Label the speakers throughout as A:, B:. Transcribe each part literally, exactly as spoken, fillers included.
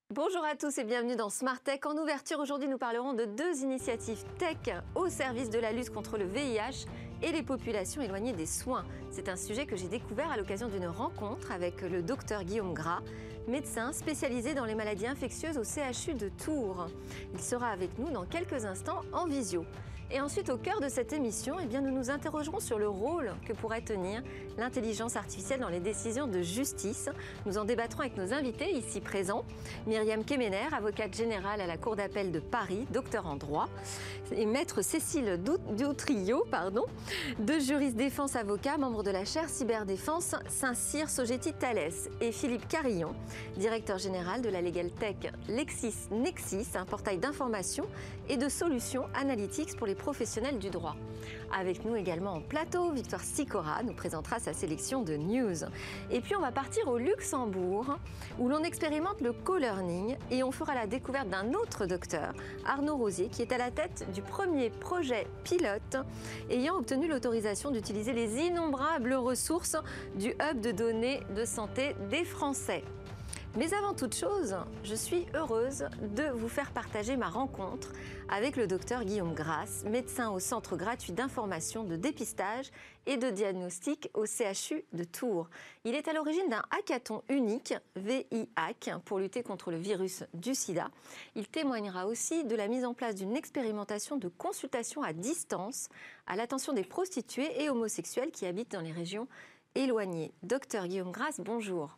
A: Bonjour à tous et bienvenue dans Smart Tech. En ouverture, aujourd'hui, nous parlerons de deux initiatives tech au service de la lutte contre le V I H et les populations éloignées des soins. C'est un sujet que j'ai découvert à l'occasion d'une rencontre avec le docteur Guillaume Gras, médecin spécialisé dans les maladies infectieuses au C H U de Tours. Il sera avec nous dans quelques instants en visio. Et ensuite, au cœur de cette émission, eh bien, nous nous interrogerons sur le rôle que pourrait tenir l'intelligence artificielle dans les décisions de justice. Nous en débattrons avec nos invités ici présents. Myriam Kemener, avocate générale à la Cour d'appel de Paris, docteur en droit, et maître Cécile Doutrillo, pardon, deux juristes défense avocats, membre de la chaire cyberdéfense Saint-Cyr Sogeti Thalès, et Philippe Carillon, directeur général de la Legal Tech LexisNexis, un portail d'information et de solutions analytics pour les professionnels du droit. Avec nous également en plateau, Victoire Sicora nous présentera sa sélection de news. Et puis on va partir au Luxembourg, où l'on expérimente le co-learning et on fera la découverte d'un autre docteur, Arnaud Rosier, qui est à la tête du premier projet pilote ayant obtenu l'autorisation d'utiliser les innombrables ressources du hub de données de santé des Français. Mais avant toute chose, je suis heureuse de vous faire partager ma rencontre avec le docteur Guillaume Gras, médecin au Centre gratuit d'information, de dépistage et de diagnostic au C H U de Tours. Il est à l'origine d'un hackathon unique, V I H A C, pour lutter contre le virus du sida. Il témoignera aussi de la mise en place d'une expérimentation de consultation à distance à l'attention des prostituées et homosexuels qui habitent dans les régions éloignées. Docteur Guillaume Gras, bonjour.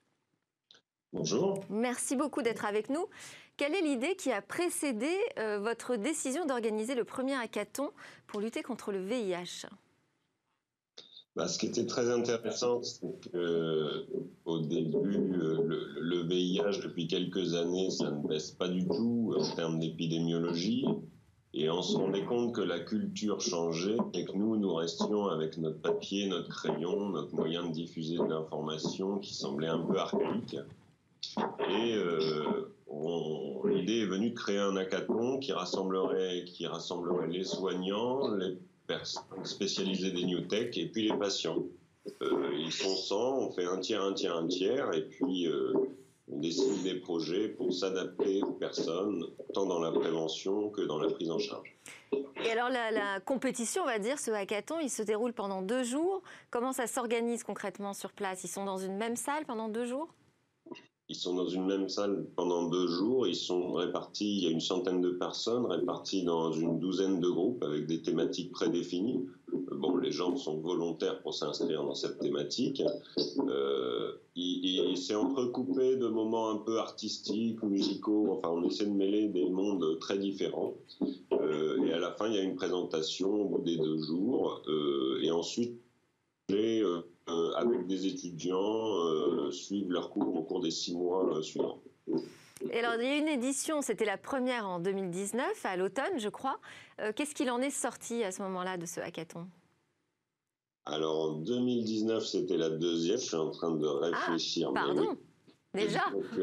B: Bonjour.
A: Merci beaucoup d'être avec nous. Quelle est l'idée qui a précédé euh, votre décision d'organiser le premier hackathon pour lutter contre le V I H ?
B: Bah, ce qui était très intéressant, c'est qu'au début, le, le V I H, depuis quelques années, ça ne baisse pas du tout en termes d'épidémiologie. Et on se rendait compte que la culture changeait et que nous, nous restions avec notre papier, notre crayon, notre moyen de diffuser de l'information qui semblait un peu archaïque. Et euh, l'idée est venue de créer un hackathon qui rassemblerait, qui rassemblerait les soignants, les personnes spécialisées des new tech et puis les patients. Euh, ils sont cent, on fait un tiers, un tiers, un tiers, et puis euh, on dessine des projets pour s'adapter aux personnes, tant dans la prévention que dans la prise en charge.
A: Et alors la, la compétition, on va dire, ce hackathon, il se déroule pendant deux jours. Comment ça s'organise concrètement sur place ? Ils sont dans une même salle pendant deux jours ?
B: Ils sont dans une même salle pendant deux jours. Ils sont répartis, il y a une centaine de personnes réparties dans une douzaine de groupes avec des thématiques prédéfinies. Bon, les gens sont volontaires pour s'inscrire dans cette thématique. Euh, il, il s'est entrecoupé de moments un peu artistiques, musicaux. Enfin, on essaie de mêler des mondes très différents. Euh, et à la fin, il y a une présentation au bout des deux jours. Euh, et ensuite, les... Euh, Euh, avec des étudiants, euh, suivent leurs cours au cours des six mois euh, suivants.
A: Et alors, il y a une édition, c'était la première en deux mille dix-neuf, à l'automne, je crois. Euh, Qu'est-ce qu'il en est sorti à ce moment-là de ce hackathon ?
B: Alors, en deux mille dix-neuf, c'était la deuxième. Je suis en train de réfléchir.
A: Ah, pardon,
B: mais oui.
A: Déjà
B: Donc,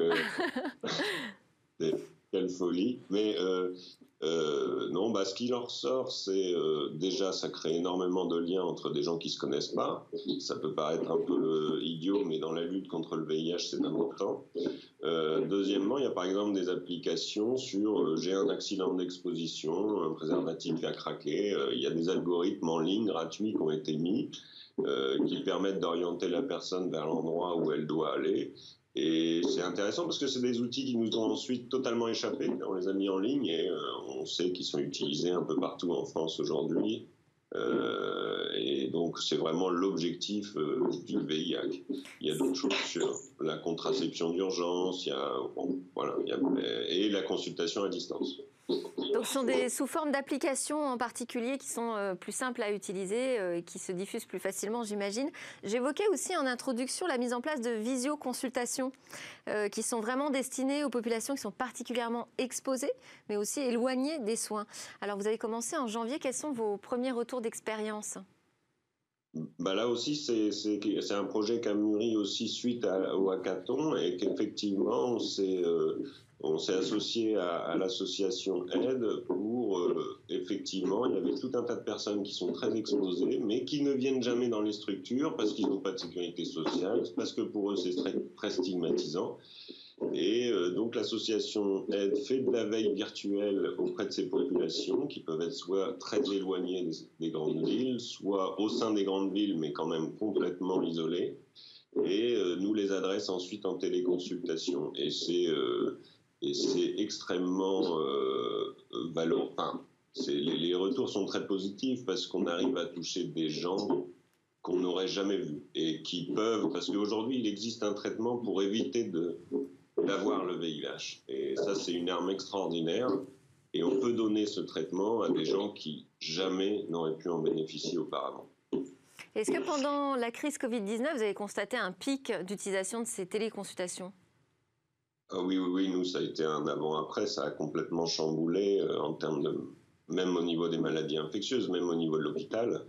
B: euh, quelle folie. Mais euh, euh, non, bah, ce qui en ressort, c'est euh, déjà, ça crée énormément de liens entre des gens qui ne se connaissent pas. Ça peut paraître un peu euh, idiot, mais dans la lutte contre le V I H, c'est important. Euh, deuxièmement, il y a par exemple des applications sur euh, j'ai un accident d'exposition, un préservatif qui a craqué. Euh, il y a des algorithmes en ligne gratuits qui ont été mis, euh, qui permettent d'orienter la personne vers l'endroit où elle doit aller. Et c'est intéressant parce que c'est des outils qui nous ont ensuite totalement échappé. On les a mis en ligne et euh, on sait qu'ils sont utilisés un peu partout en France aujourd'hui. Euh, et donc c'est vraiment l'objectif euh, du V I H. Il y a d'autres choses sur la contraception d'urgence, il y a, bon, voilà, il y a, et la consultation à distance.
A: Donc ce sont des sous forme d'applications en particulier qui sont euh, plus simples à utiliser euh, et qui se diffusent plus facilement, j'imagine. J'évoquais aussi en introduction la mise en place de visioconsultations euh, qui sont vraiment destinées aux populations qui sont particulièrement exposées, mais aussi éloignées des soins. Alors vous avez commencé en janvier, quels sont vos premiers retours d'expérience ?
B: Bah là aussi, c'est, c'est, c'est un projet qui a mûri aussi suite à, au hackathon et qu'effectivement, c'est... Euh, On s'est associé à, à l'association Aide pour, euh, effectivement, il y avait tout un tas de personnes qui sont très exposées, mais qui ne viennent jamais dans les structures parce qu'ils n'ont pas de sécurité sociale, parce que pour eux c'est très, très stigmatisant. Et euh, donc l'association Aide fait de la veille virtuelle auprès de ces populations qui peuvent être soit très éloignées des, des grandes villes, soit au sein des grandes villes, mais quand même complètement isolées. Et euh, nous les adresse ensuite en téléconsultation. Et c'est euh, et c'est extrêmement euh, valorisant. Enfin, c'est, les, les retours sont très positifs parce qu'on arrive à toucher des gens qu'on n'aurait jamais vus et qui peuvent, parce qu'aujourd'hui il existe un traitement pour éviter de, d'avoir le V I H. Et ça, c'est une arme extraordinaire. Et on peut donner ce traitement à des gens qui jamais n'auraient pu en bénéficier auparavant.
A: Est-ce que pendant la crise covid dix-neuf, vous avez constaté un pic d'utilisation de ces téléconsultations ?
B: Ah oui, oui, oui, nous, ça a été un avant-après, ça a complètement chamboulé euh, en termes de... Même au niveau des maladies infectieuses, même au niveau de l'hôpital.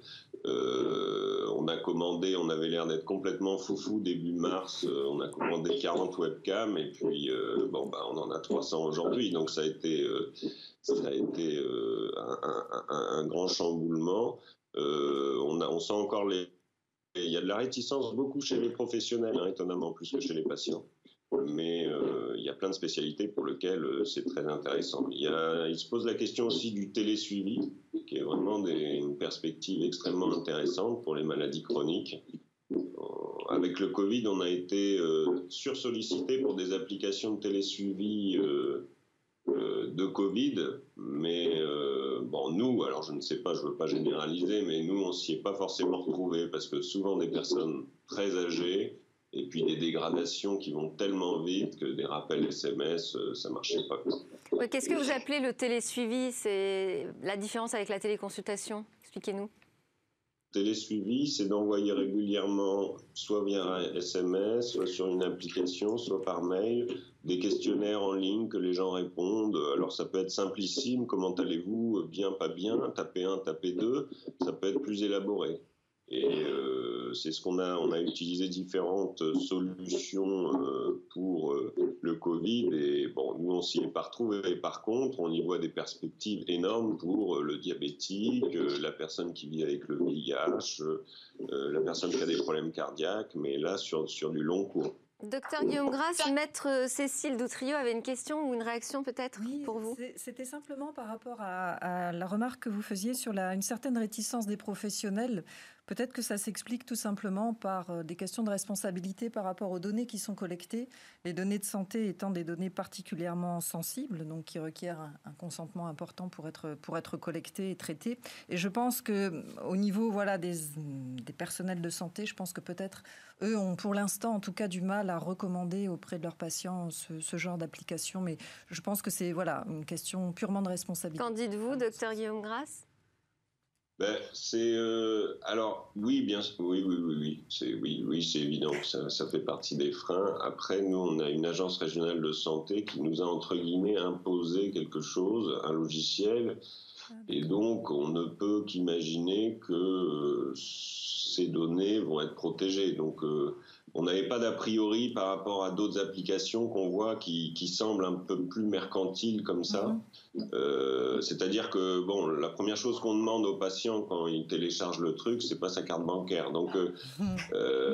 B: Euh, on a commandé, on avait l'air d'être complètement foufou début mars, euh, on a commandé quarante webcams et puis euh, bon, bah, on en a trois cents aujourd'hui. Donc ça a été, euh, ça a été euh, un, un, un, un grand chamboulement. Euh, on, a, on sent encore les... Il y a de la réticence beaucoup chez les professionnels, hein, étonnamment, plus que chez les patients. Mais euh, il y a plein de spécialités pour lesquelles euh, c'est très intéressant. Il, y a, il se pose la question aussi du télésuivi, qui est vraiment des, une perspective extrêmement intéressante pour les maladies chroniques. Euh, avec le Covid, on a été euh, sursollicité pour des applications de télésuivi euh, euh, de Covid, mais euh, bon, nous, alors je ne sais pas, je ne veux pas généraliser, mais nous, on ne s'y est pas forcément retrouvés, parce que souvent des personnes très âgées, et puis des dégradations qui vont tellement vite que des rappels S M S, ça ne marchait pas.
A: Ouais, qu'est-ce que vous appelez le télésuivi ? C'est la différence avec la téléconsultation ? Expliquez-nous.
B: Télésuivi, c'est d'envoyer régulièrement, soit via S M S, soit sur une application, soit par mail, des questionnaires en ligne que les gens répondent. Alors ça peut être simplissime, comment allez-vous ? Bien, pas bien, tapez un, tapez deux. Ça peut être plus élaboré. Et euh, c'est ce qu'on a, on a utilisé différentes solutions euh, pour euh, le Covid. Et bon, nous, on s'y est pas retrouvés. Par contre, on y voit des perspectives énormes pour euh, le diabétique, euh, la personne qui vit avec le V I H, euh, la personne qui a des problèmes cardiaques, mais là, sur, sur du long cours.
A: Docteur Guillaume Grasse, maître Cécile Doutrieux avait une question ou une réaction peut-être
C: oui,
A: pour vous ?
C: C'était simplement par rapport à, à la remarque que vous faisiez sur la, une certaine réticence des professionnels. Peut-être que ça s'explique tout simplement par des questions de responsabilité par rapport aux données qui sont collectées. Les données de santé étant des données particulièrement sensibles, donc qui requièrent un, un consentement important pour être, pour être collectées et traitées. Et je pense qu'au niveau voilà, des, des personnels de santé, je pense que peut-être eux ont pour l'instant en tout cas du mal à recommander auprès de leurs patients ce, ce genre d'application. Mais je pense que c'est voilà, une question purement de responsabilité.
A: Qu'en dites-vous, docteur Guillaume Grasse ?
B: Ben, c'est euh, alors oui bien oui oui oui oui c'est oui oui c'est évident que ça, ça fait partie des freins. Après nous on a une agence régionale de santé qui nous a entre guillemets imposé quelque chose, un logiciel, et donc on ne peut qu'imaginer que euh, ces données vont être protégées. Donc euh, on n'avait pas d'a priori par rapport à d'autres applications qu'on voit qui, qui semblent un peu plus mercantiles comme ça. Mmh. Euh, c'est-à-dire que bon, la première chose qu'on demande aux patients quand ils téléchargent le truc, c'est pas sa carte bancaire. Donc, euh, euh,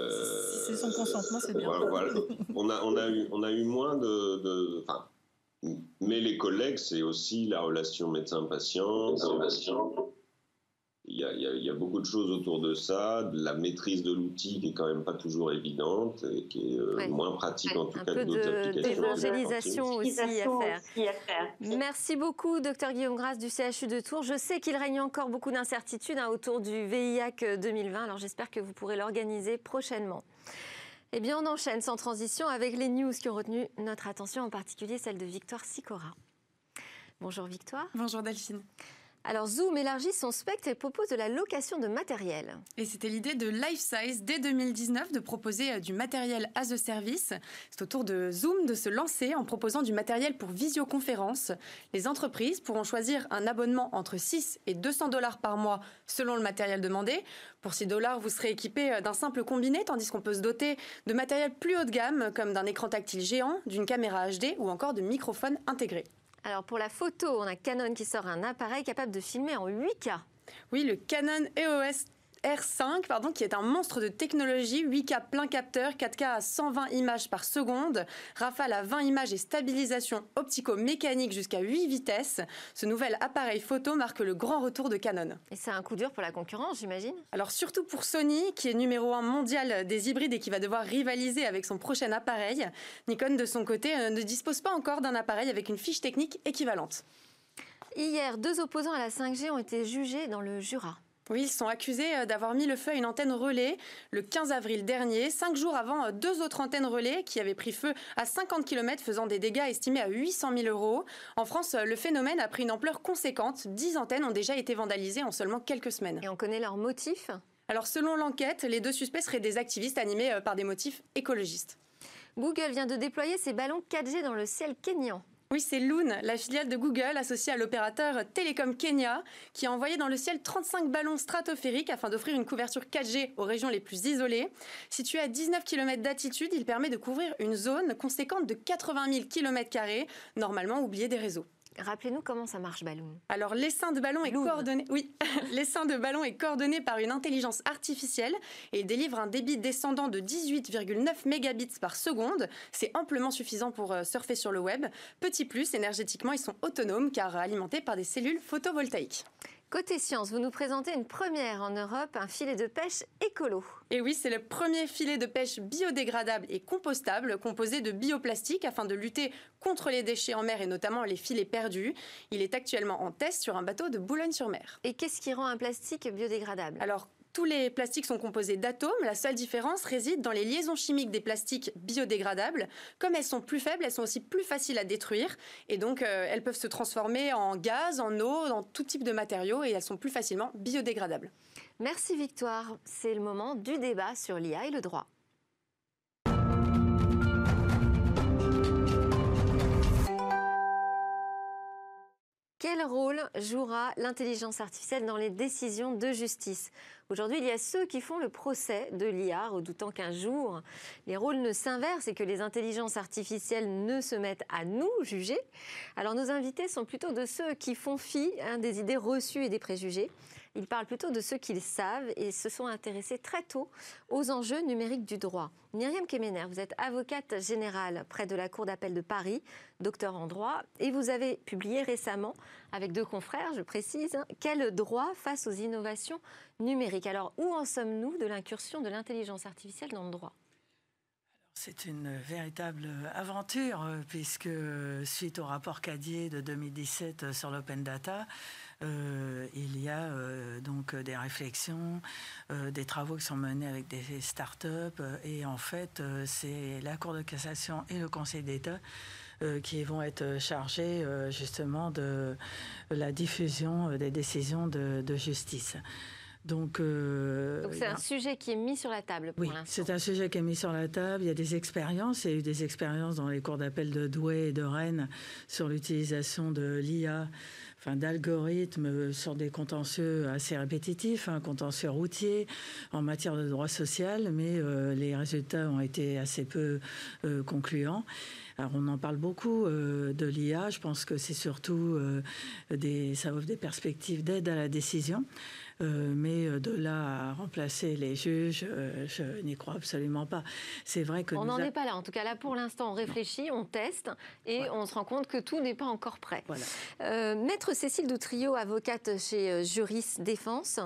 C: si c'est son consentement, c'est bien.
B: Voilà, voilà. On a, on a eu, on a eu moins de, de enfin, mais les collègues, c'est aussi la relation médecin-patient. Il y, a, il, y a, il y a beaucoup de choses autour de ça, de la maîtrise de l'outil qui est quand même pas toujours évidente et qui est euh, ouais. moins pratique en tout
A: un
B: cas que d'autres applications.
A: Un peu d'évangélisation aussi à faire. aussi à faire. Merci beaucoup, docteur Guillaume Grasse du C H U de Tours. Je sais qu'il règne encore beaucoup d'incertitudes hein, autour du V I H C deux mille vingt, alors j'espère que vous pourrez l'organiser prochainement. Eh bien, on enchaîne sans transition avec les news qui ont retenu notre attention, en particulier celle de Victoire Sicora. Bonjour Victoire.
D: Bonjour Delphine.
A: Alors Zoom élargit son spectre et propose de la location de matériel.
D: Et c'était l'idée de Lifesize dès deux mille dix-neuf de proposer du matériel as a service. C'est au tour de Zoom de se lancer en proposant du matériel pour visioconférence. Les entreprises pourront choisir un abonnement entre six et deux cents dollars par mois selon le matériel demandé. Pour six dollars, vous serez équipé d'un simple combiné, tandis qu'on peut se doter de matériel plus haut de gamme comme d'un écran tactile géant, d'une caméra H D ou encore de microphones intégrés.
A: Alors pour la photo, on a Canon qui sort un appareil capable de filmer en huit K.
D: Oui, le Canon E O S R cinq, pardon, qui est un monstre de technologie, huit K plein capteur, quatre K à cent vingt images par seconde, rafale à vingt images et stabilisation optico-mécanique jusqu'à huit vitesses. Ce nouvel appareil photo marque le grand retour de Canon.
A: Et c'est un coup dur pour la concurrence, j'imagine ?
D: Alors surtout pour Sony, qui est numéro un mondial des hybrides et qui va devoir rivaliser avec son prochain appareil. Nikon, de son côté, ne dispose pas encore d'un appareil avec une fiche technique équivalente.
A: Hier, deux opposants à la cinq G ont été jugés dans le Jura.
D: Oui, ils sont accusés d'avoir mis le feu à une antenne relais le quinze avril dernier, cinq jours avant deux autres antennes relais qui avaient pris feu à cinquante kilomètres, faisant des dégâts estimés à huit cent mille euros. En France, le phénomène a pris une ampleur conséquente. dix antennes ont déjà été vandalisées en seulement quelques semaines.
A: Et on connaît leurs motifs ?
D: Alors, selon l'enquête, les deux suspects seraient des activistes animés par des motifs écologistes.
A: Google vient de déployer ses ballons quatre G dans le ciel kényan.
D: Oui, c'est Loon, la filiale de Google associée à l'opérateur Telecom Kenya, qui a envoyé dans le ciel trente-cinq ballons stratosphériques afin d'offrir une couverture quatre G aux régions les plus isolées. Situé à dix-neuf kilomètres d'altitude, il permet de couvrir une zone conséquente de quatre-vingt mille kilomètres carrés, normalement oubliée des réseaux.
A: Rappelez-nous comment ça marche, Balloon.
D: Alors, l'essaim de ballon est
A: Loon.
D: coordonné. Oui, l'essaim de ballon est coordonné par une intelligence artificielle et il délivre un débit descendant de dix-huit virgule neuf mégabits par seconde. C'est amplement suffisant pour surfer sur le web. Petit plus, énergétiquement, ils sont autonomes car alimentés par des cellules photovoltaïques.
A: Côté science, vous nous présentez une première en Europe, un filet de pêche écolo.
D: Et oui, c'est le premier filet de pêche biodégradable et compostable composé de bioplastique afin de lutter contre les déchets en mer et notamment les filets perdus. Il est actuellement en test sur un bateau de Boulogne-sur-Mer.
A: Et qu'est-ce qui rend un plastique biodégradable ?
D: Alors, tous les plastiques sont composés d'atomes. La seule différence réside dans les liaisons chimiques des plastiques biodégradables. Comme elles sont plus faibles, elles sont aussi plus faciles à détruire. Et donc, euh, elles peuvent se transformer en gaz, en eau, dans tout type de matériaux. Et elles sont plus facilement biodégradables.
A: Merci Victoire. C'est le moment du débat sur l'I A et le droit. Quel rôle jouera l'intelligence artificielle dans les décisions de justice ? Aujourd'hui, il y a ceux qui font le procès de l'I A, redoutant qu'un jour, les rôles ne s'inversent et que les intelligences artificielles ne se mettent à nous juger. Alors nos invités sont plutôt de ceux qui font fi hein, des idées reçues et des préjugés. Ils parlent plutôt de ceux qu'ils savent et se sont intéressés très tôt aux enjeux numériques du droit. Myriam Kemener, vous êtes avocate générale près de la Cour d'appel de Paris, docteur en droit, et vous avez publié récemment, avec deux confrères, je précise, « Quel droit face aux innovations numériques ?» Alors, où en sommes-nous de l'incursion de l'intelligence artificielle dans le droit ?
E: C'est une véritable aventure, puisque suite au rapport Cadier de deux mille dix-sept sur l'open data, euh, il y a euh, donc des réflexions, euh, des travaux qui sont menés avec des start-up, et en fait, euh, c'est la Cour de cassation et le Conseil d'État euh, qui vont être chargés euh, justement de la diffusion des décisions de, de justice. Donc, euh,
A: Donc c'est un sujet qui est mis sur la table pour
E: oui,
A: l'instant.
E: C'est un sujet qui est mis sur la table. Il y a des expériences. Il y a eu des expériences dans les cours d'appel de Douai et de Rennes sur l'utilisation de l'I A, enfin d'algorithmes sur des contentieux assez répétitifs, un contentieux routier en matière de droit social, mais euh, les résultats ont été assez peu euh, concluants. Alors on en parle beaucoup euh, de l'I A. Je pense que c'est surtout euh, des, ça offre des perspectives d'aide à la décision. Euh, mais de là à remplacer les juges, euh, je n'y crois absolument pas. C'est vrai que
A: on n'en
E: a...
A: est pas là. En tout cas, là, pour l'instant, on réfléchit, on teste et voilà. On se rend compte que tout n'est pas encore prêt. Voilà. Euh, Maître Cécile Doutrio, avocate chez Juris Défense,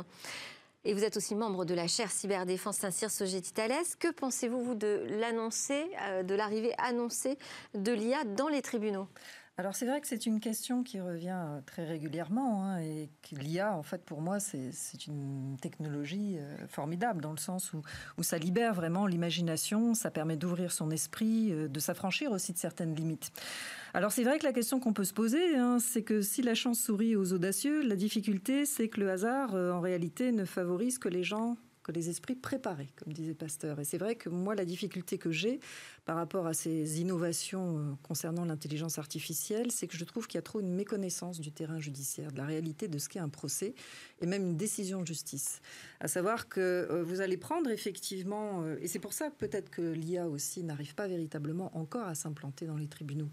A: et vous êtes aussi membre de la chaire cyberdéfense Saint-Cyr Sogeti Thalès. Que pensez-vous, vous, de l'annoncer, euh, de l'arrivée annoncée de l'I A dans les tribunaux ?
C: Alors c'est vrai que c'est une question qui revient très régulièrement hein, et que l'I A, en fait, pour moi, c'est, c'est une technologie euh, formidable dans le sens où, où ça libère vraiment l'imagination, ça permet d'ouvrir son esprit, euh, de s'affranchir aussi de certaines limites. Alors c'est vrai que la question qu'on peut se poser, hein, c'est que si la chance sourit aux audacieux, la difficulté, c'est que le hasard, euh, en réalité, ne favorise que les gens... que les esprits préparés, comme disait Pasteur. Et c'est vrai que moi, la difficulté que j'ai par rapport à ces innovations concernant l'intelligence artificielle, c'est que je trouve qu'il y a trop une méconnaissance du terrain judiciaire, de la réalité de ce qu'est un procès et même une décision de justice. À savoir que vous allez prendre effectivement, et c'est pour ça peut-être que l'I A aussi n'arrive pas véritablement encore à s'implanter dans les tribunaux.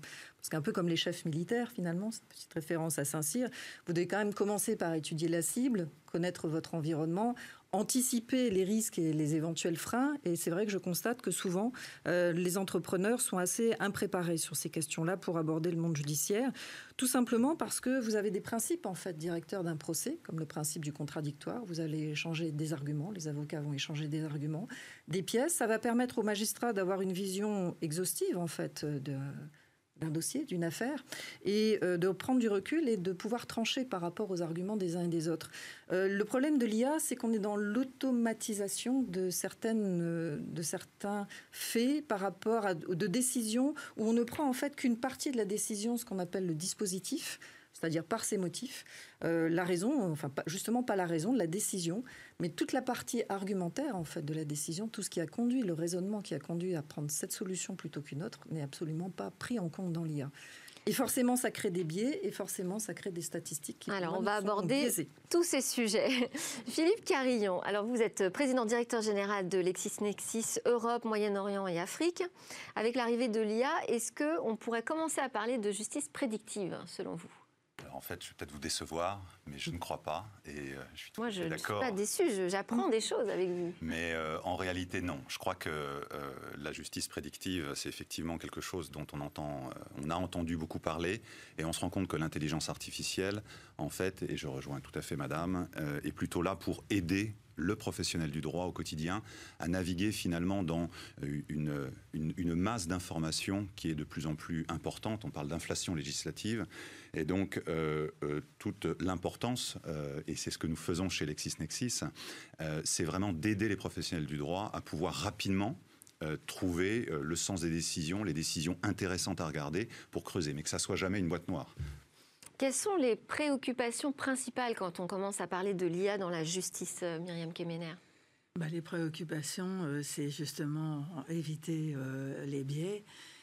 C: Parce qu'un peu comme les chefs militaires, finalement, c'est une petite référence à Saint-Cyr, vous devez quand même commencer par étudier la cible, connaître votre environnement, anticiper les risques et les éventuels freins. Et c'est vrai que je constate que souvent, euh, les entrepreneurs sont assez impréparés sur ces questions-là pour aborder le monde judiciaire. Tout simplement parce que vous avez des principes, en fait, directeurs d'un procès, comme le principe du contradictoire. Vous allez échanger des arguments, les avocats vont échanger des arguments, des pièces. Ça va permettre aux magistrats d'avoir une vision exhaustive, en fait, de... d'un dossier, d'une affaire, et euh, de prendre du recul et de pouvoir trancher par rapport aux arguments des uns et des autres. Euh, le problème de l'I A, c'est qu'on est dans l'automatisation de, certaines, euh, de certains faits par rapport à de décisions où on ne prend en fait qu'une partie de la décision, ce qu'on appelle le dispositif, c'est-à-dire par ses motifs, euh, la raison, enfin pas, justement pas la raison, la décision, mais toute la partie argumentaire en fait de la décision, tout ce qui a conduit, le raisonnement qui a conduit à prendre cette solution plutôt qu'une autre, n'est absolument pas pris en compte dans l'I A. Et forcément, ça crée des biais et forcément, ça crée des statistiques qui
A: alors, on
C: nous
A: va
C: sont
A: aborder
C: biaisées.
A: tous ces sujets. Philippe Carillon, alors vous êtes président directeur général de LexisNexis Europe, Moyen-Orient et Afrique. Avec l'arrivée de l'I A, est-ce qu'on pourrait commencer à parler de justice prédictive, selon vous ?
F: En fait, je vais peut-être vous décevoir, mais je ne crois pas. Et euh, je suis tout
A: Moi,
F: à fait
A: je ne
F: d'accord.
A: suis pas déçue, je- j'apprends des choses avec vous.
F: Mais euh, en réalité, non. Je crois que euh, la justice prédictive, c'est effectivement quelque chose dont on entend, euh, on a entendu beaucoup parler, et on se rend compte que l'intelligence artificielle, en fait, et je rejoins tout à fait Madame, euh, est plutôt là pour aider le professionnel du droit au quotidien à naviguer finalement dans une, une, une masse d'informations qui est de plus en plus importante. On parle d'inflation législative. Et donc, euh, euh, toute l'importance, euh, et c'est ce que nous faisons chez LexisNexis, euh, c'est vraiment d'aider les professionnels du droit à pouvoir rapidement euh, trouver euh, le sens des décisions, les décisions intéressantes à regarder pour creuser, mais que ça soit jamais une boîte noire.
A: Quelles sont les préoccupations principales quand on commence à parler de l'I A dans la justice, euh, Myriam Kemener ?
E: Bah, les préoccupations, euh, c'est justement éviter euh, les biais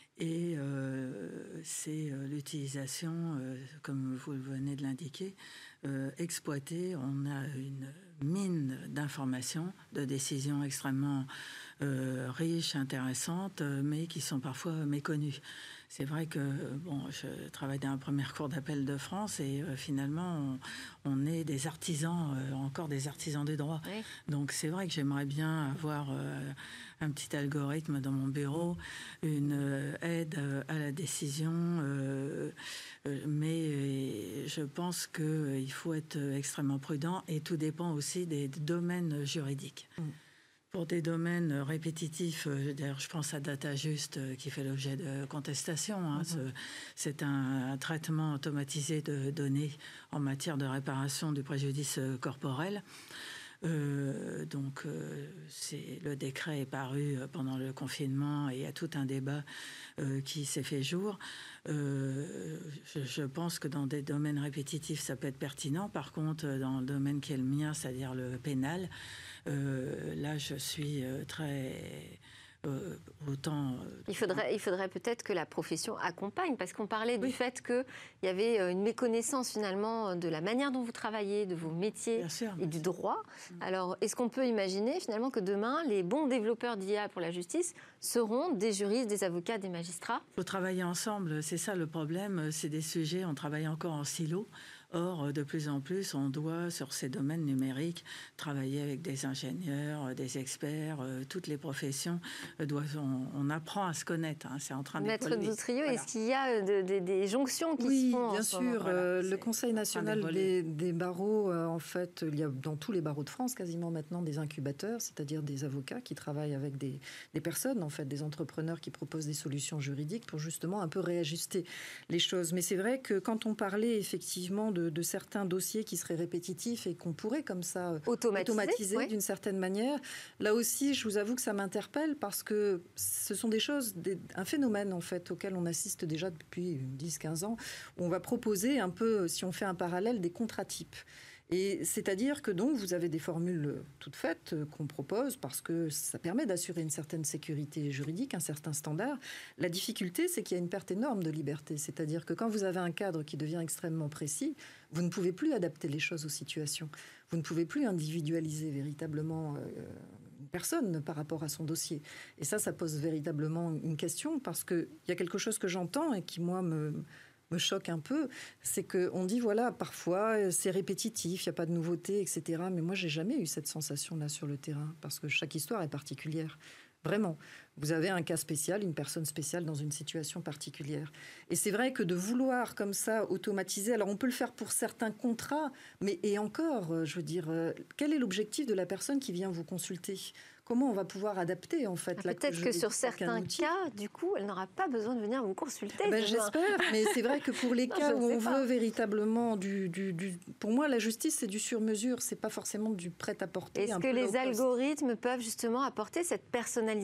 E: et euh, c'est euh, l'utilisation, euh, comme vous venez de l'indiquer, euh, exploiter. On a une mine d'informations, de décisions extrêmement euh, riches, intéressantes, euh, mais qui sont parfois méconnues. C'est vrai que bon, je travaille dans la première cour d'appel de France et euh, finalement, on, on est des artisans, euh, encore des artisans des droits.
A: Oui.
E: Donc c'est vrai que j'aimerais bien avoir euh, un petit algorithme dans mon bureau, une euh, aide euh, à la décision, euh, euh, mais euh, je pense qu'il faut être extrêmement prudent et tout dépend aussi des domaines juridiques. Mm. Pour des domaines répétitifs, d'ailleurs je pense à DataJust qui fait l'objet de contestation, hein, mm-hmm. ce, c'est un, un traitement automatisé de données en matière de réparation du préjudice corporel. Euh, donc euh, c'est, le décret est paru pendant le confinement et il y a tout un débat euh, qui s'est fait jour. Euh, je, je pense que dans des domaines répétitifs ça peut être pertinent. Par contre, dans le domaine qui est le mien, c'est-à-dire le pénal, Euh, là, je suis euh, très... Euh, autant... Euh,
A: il faudrait, il faudrait peut-être que la profession accompagne, parce qu'on parlait oui. du fait qu'il y avait une méconnaissance finalement de la manière dont vous travaillez, de vos métiers bien sûr, et du sûr. droit. Alors, est-ce qu'on peut imaginer finalement que demain, les bons développeurs d'I A pour la justice seront des juristes, des avocats, des magistrats ?
E: Il faut travailler ensemble, c'est ça le problème, c'est des sujets, on travaille encore en silo. Or, de plus en plus, on doit, sur ces domaines numériques, travailler avec des ingénieurs, des experts, euh, toutes les professions. Euh, doivent, on, on apprend à se connaître, hein, c'est en train d'évoluer.
A: Maître Doutrillo, voilà. Est-ce qu'il y a de, de, des jonctions qui
C: oui,
A: se font
C: Oui, bien sûr.
A: Voilà,
C: euh, le Conseil national des, des barreaux, euh, en fait, il y a dans tous les barreaux de France quasiment maintenant des incubateurs, c'est-à-dire des avocats qui travaillent avec des, des personnes, en fait, des entrepreneurs qui proposent des solutions juridiques pour justement un peu réajuster les choses. Mais c'est vrai que quand on parlait effectivement de De, de certains dossiers qui seraient répétitifs et qu'on pourrait comme ça
A: automatiser,
C: automatiser
A: oui.
C: d'une certaine manière. Là aussi, je vous avoue que ça m'interpelle parce que ce sont des choses, des, un phénomène en fait auquel on assiste déjà depuis dix à quinze ans, où on va proposer un peu, si on fait un parallèle, des contratypes. Et c'est-à-dire que donc vous avez des formules toutes faites qu'on propose parce que ça permet d'assurer une certaine sécurité juridique, un certain standard. La difficulté, c'est qu'il y a une perte énorme de liberté. C'est-à-dire que quand vous avez un cadre qui devient extrêmement précis, vous ne pouvez plus adapter les choses aux situations. Vous ne pouvez plus individualiser véritablement euh, une personne par rapport à son dossier. Et ça, ça pose véritablement une question, parce qu'il y a quelque chose que j'entends et qui, moi, me, me choque un peu, c'est qu'on dit, voilà, parfois, c'est répétitif, il n'y a pas de nouveauté, et cetera. Mais moi, j'ai jamais eu cette sensation-là sur le terrain, parce que chaque histoire est particulière. Vraiment. Vous avez un cas spécial, une personne spéciale dans une situation particulière. Et c'est vrai que de vouloir comme ça automatiser, alors on peut le faire pour certains contrats, mais et encore, je veux dire, quel est l'objectif de la personne qui vient vous consulter ? Comment on va pouvoir adapter, en fait,
A: ah, peut-être que sur certains cas, du coup, elle n'aura pas besoin de venir vous consulter.
C: Ben, j'espère, mais c'est vrai que pour les
A: non,
C: cas où on
A: pas.
C: veut véritablement du, du, du... Pour moi, la justice, c'est du sur-mesure, c'est pas forcément du prêt-à-porter.
A: Est-ce que les algorithmes peuvent justement apporter cette personnalisation ?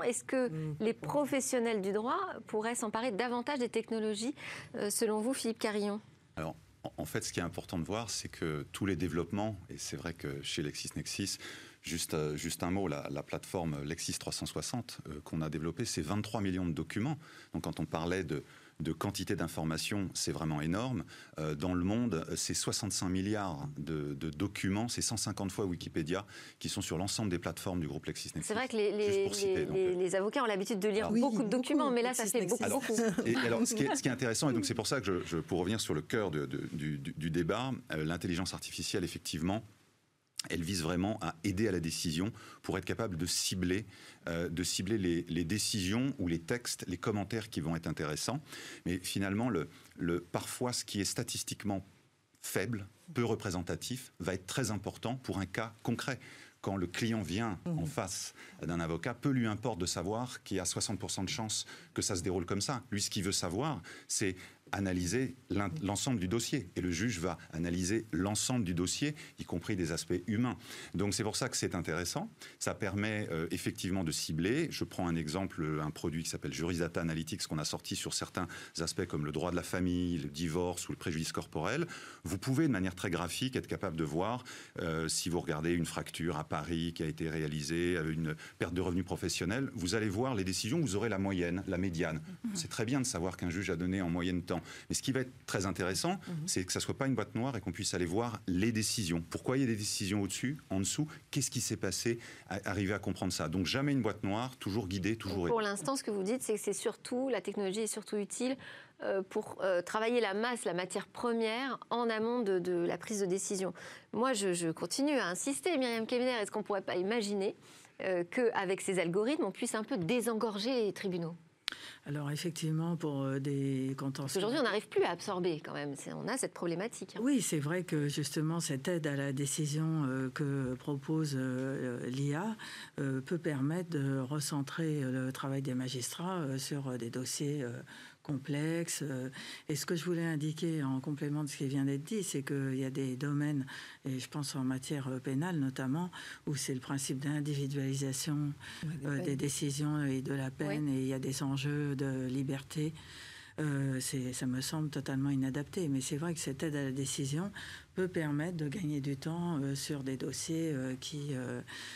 A: Est-ce que mmh. les professionnels du droit pourraient s'emparer davantage des technologies, euh, selon vous, Philippe Carillon ?
F: Alors, en fait, ce qui est important de voir, c'est que tous les développements, et c'est vrai que chez LexisNexis, Juste, euh, juste un mot, la, la plateforme Lexis trois cent soixante euh, qu'on a développée, c'est vingt-trois millions de documents. Donc quand on parlait de, de quantité d'informations, c'est vraiment énorme. Euh, dans le monde, c'est soixante-cinq milliards de, de documents, c'est cent cinquante fois Wikipédia qui sont sur l'ensemble des plateformes du groupe LexisNexis.
A: C'est vrai que les, les, citer, les, donc, les, les avocats ont l'habitude de lire alors, beaucoup oui, de documents, beaucoup, mais là, ça fait beaucoup.
F: Alors, et, alors, ce qui, est, ce qui est intéressant, et donc c'est pour ça que, je, je, pour revenir sur le cœur de, de, du, du, du débat, euh, l'intelligence artificielle, effectivement, elle vise vraiment à aider à la décision pour être capable de cibler, euh, de cibler les, les décisions ou les textes, les commentaires qui vont être intéressants. Mais finalement, le, le, parfois, ce qui est statistiquement faible, peu représentatif, va être très important pour un cas concret. Quand le client vient mmh. en face d'un avocat, peu lui importe de savoir qu'il y a soixante pour cent de chances que ça se déroule comme ça. Lui, ce qu'il veut savoir, c'est analyser l'ensemble du dossier. Et le juge va analyser l'ensemble du dossier, y compris des aspects humains. Donc c'est pour ça que c'est intéressant. Ça permet euh, effectivement de cibler. Je prends un exemple, un produit qui s'appelle Jurisdata Analytics, qu'on a sorti sur certains aspects comme le droit de la famille, le divorce ou le préjudice corporel. Vous pouvez, de manière très graphique, être capable de voir euh, si vous regardez une fracture à Paris qui a été réalisée, une perte de revenus professionnels, vous allez voir les décisions, vous aurez la moyenne, la médiane. Mmh. C'est très bien de savoir qu'un juge a donné en moyenne temps. Mais ce qui va être très intéressant, mmh. c'est que ça ne soit pas une boîte noire et qu'on puisse aller voir les décisions. Pourquoi il y a des décisions au-dessus, en dessous ? Qu'est-ce qui s'est passé ? à Arriver à comprendre ça. Donc jamais une boîte noire, toujours guidée, toujours...
A: Pour l'instant, ce que vous dites, c'est que c'est surtout, la technologie est surtout utile euh, pour euh, travailler la masse, la matière première, en amont de, de la prise de décision. Moi, je, je continue à insister, Myriam Kéviner, est-ce qu'on ne pourrait pas imaginer euh, qu'avec ces algorithmes, on puisse un peu désengorger les tribunaux ?
E: Alors effectivement, pour des contentieux...
A: Aujourd'hui, on n'arrive plus à absorber quand même. On a cette problématique. Hein.
E: Oui, c'est vrai que justement, cette aide à la décision euh, que propose euh, l'I A euh, peut permettre de recentrer le travail des magistrats euh, sur des dossiers... Euh, complexe. Et ce que je voulais indiquer en complément de ce qui vient d'être dit, c'est qu'il y a des domaines, et je pense en matière pénale notamment, où c'est le principe d'individualisation euh, des décisions et de la peine, oui. Et il y a des enjeux de liberté. Euh, c'est, ça me semble totalement inadapté. Mais c'est vrai que cette aide à la décision peut permettre de gagner du temps euh, sur des dossiers euh, qui... Euh,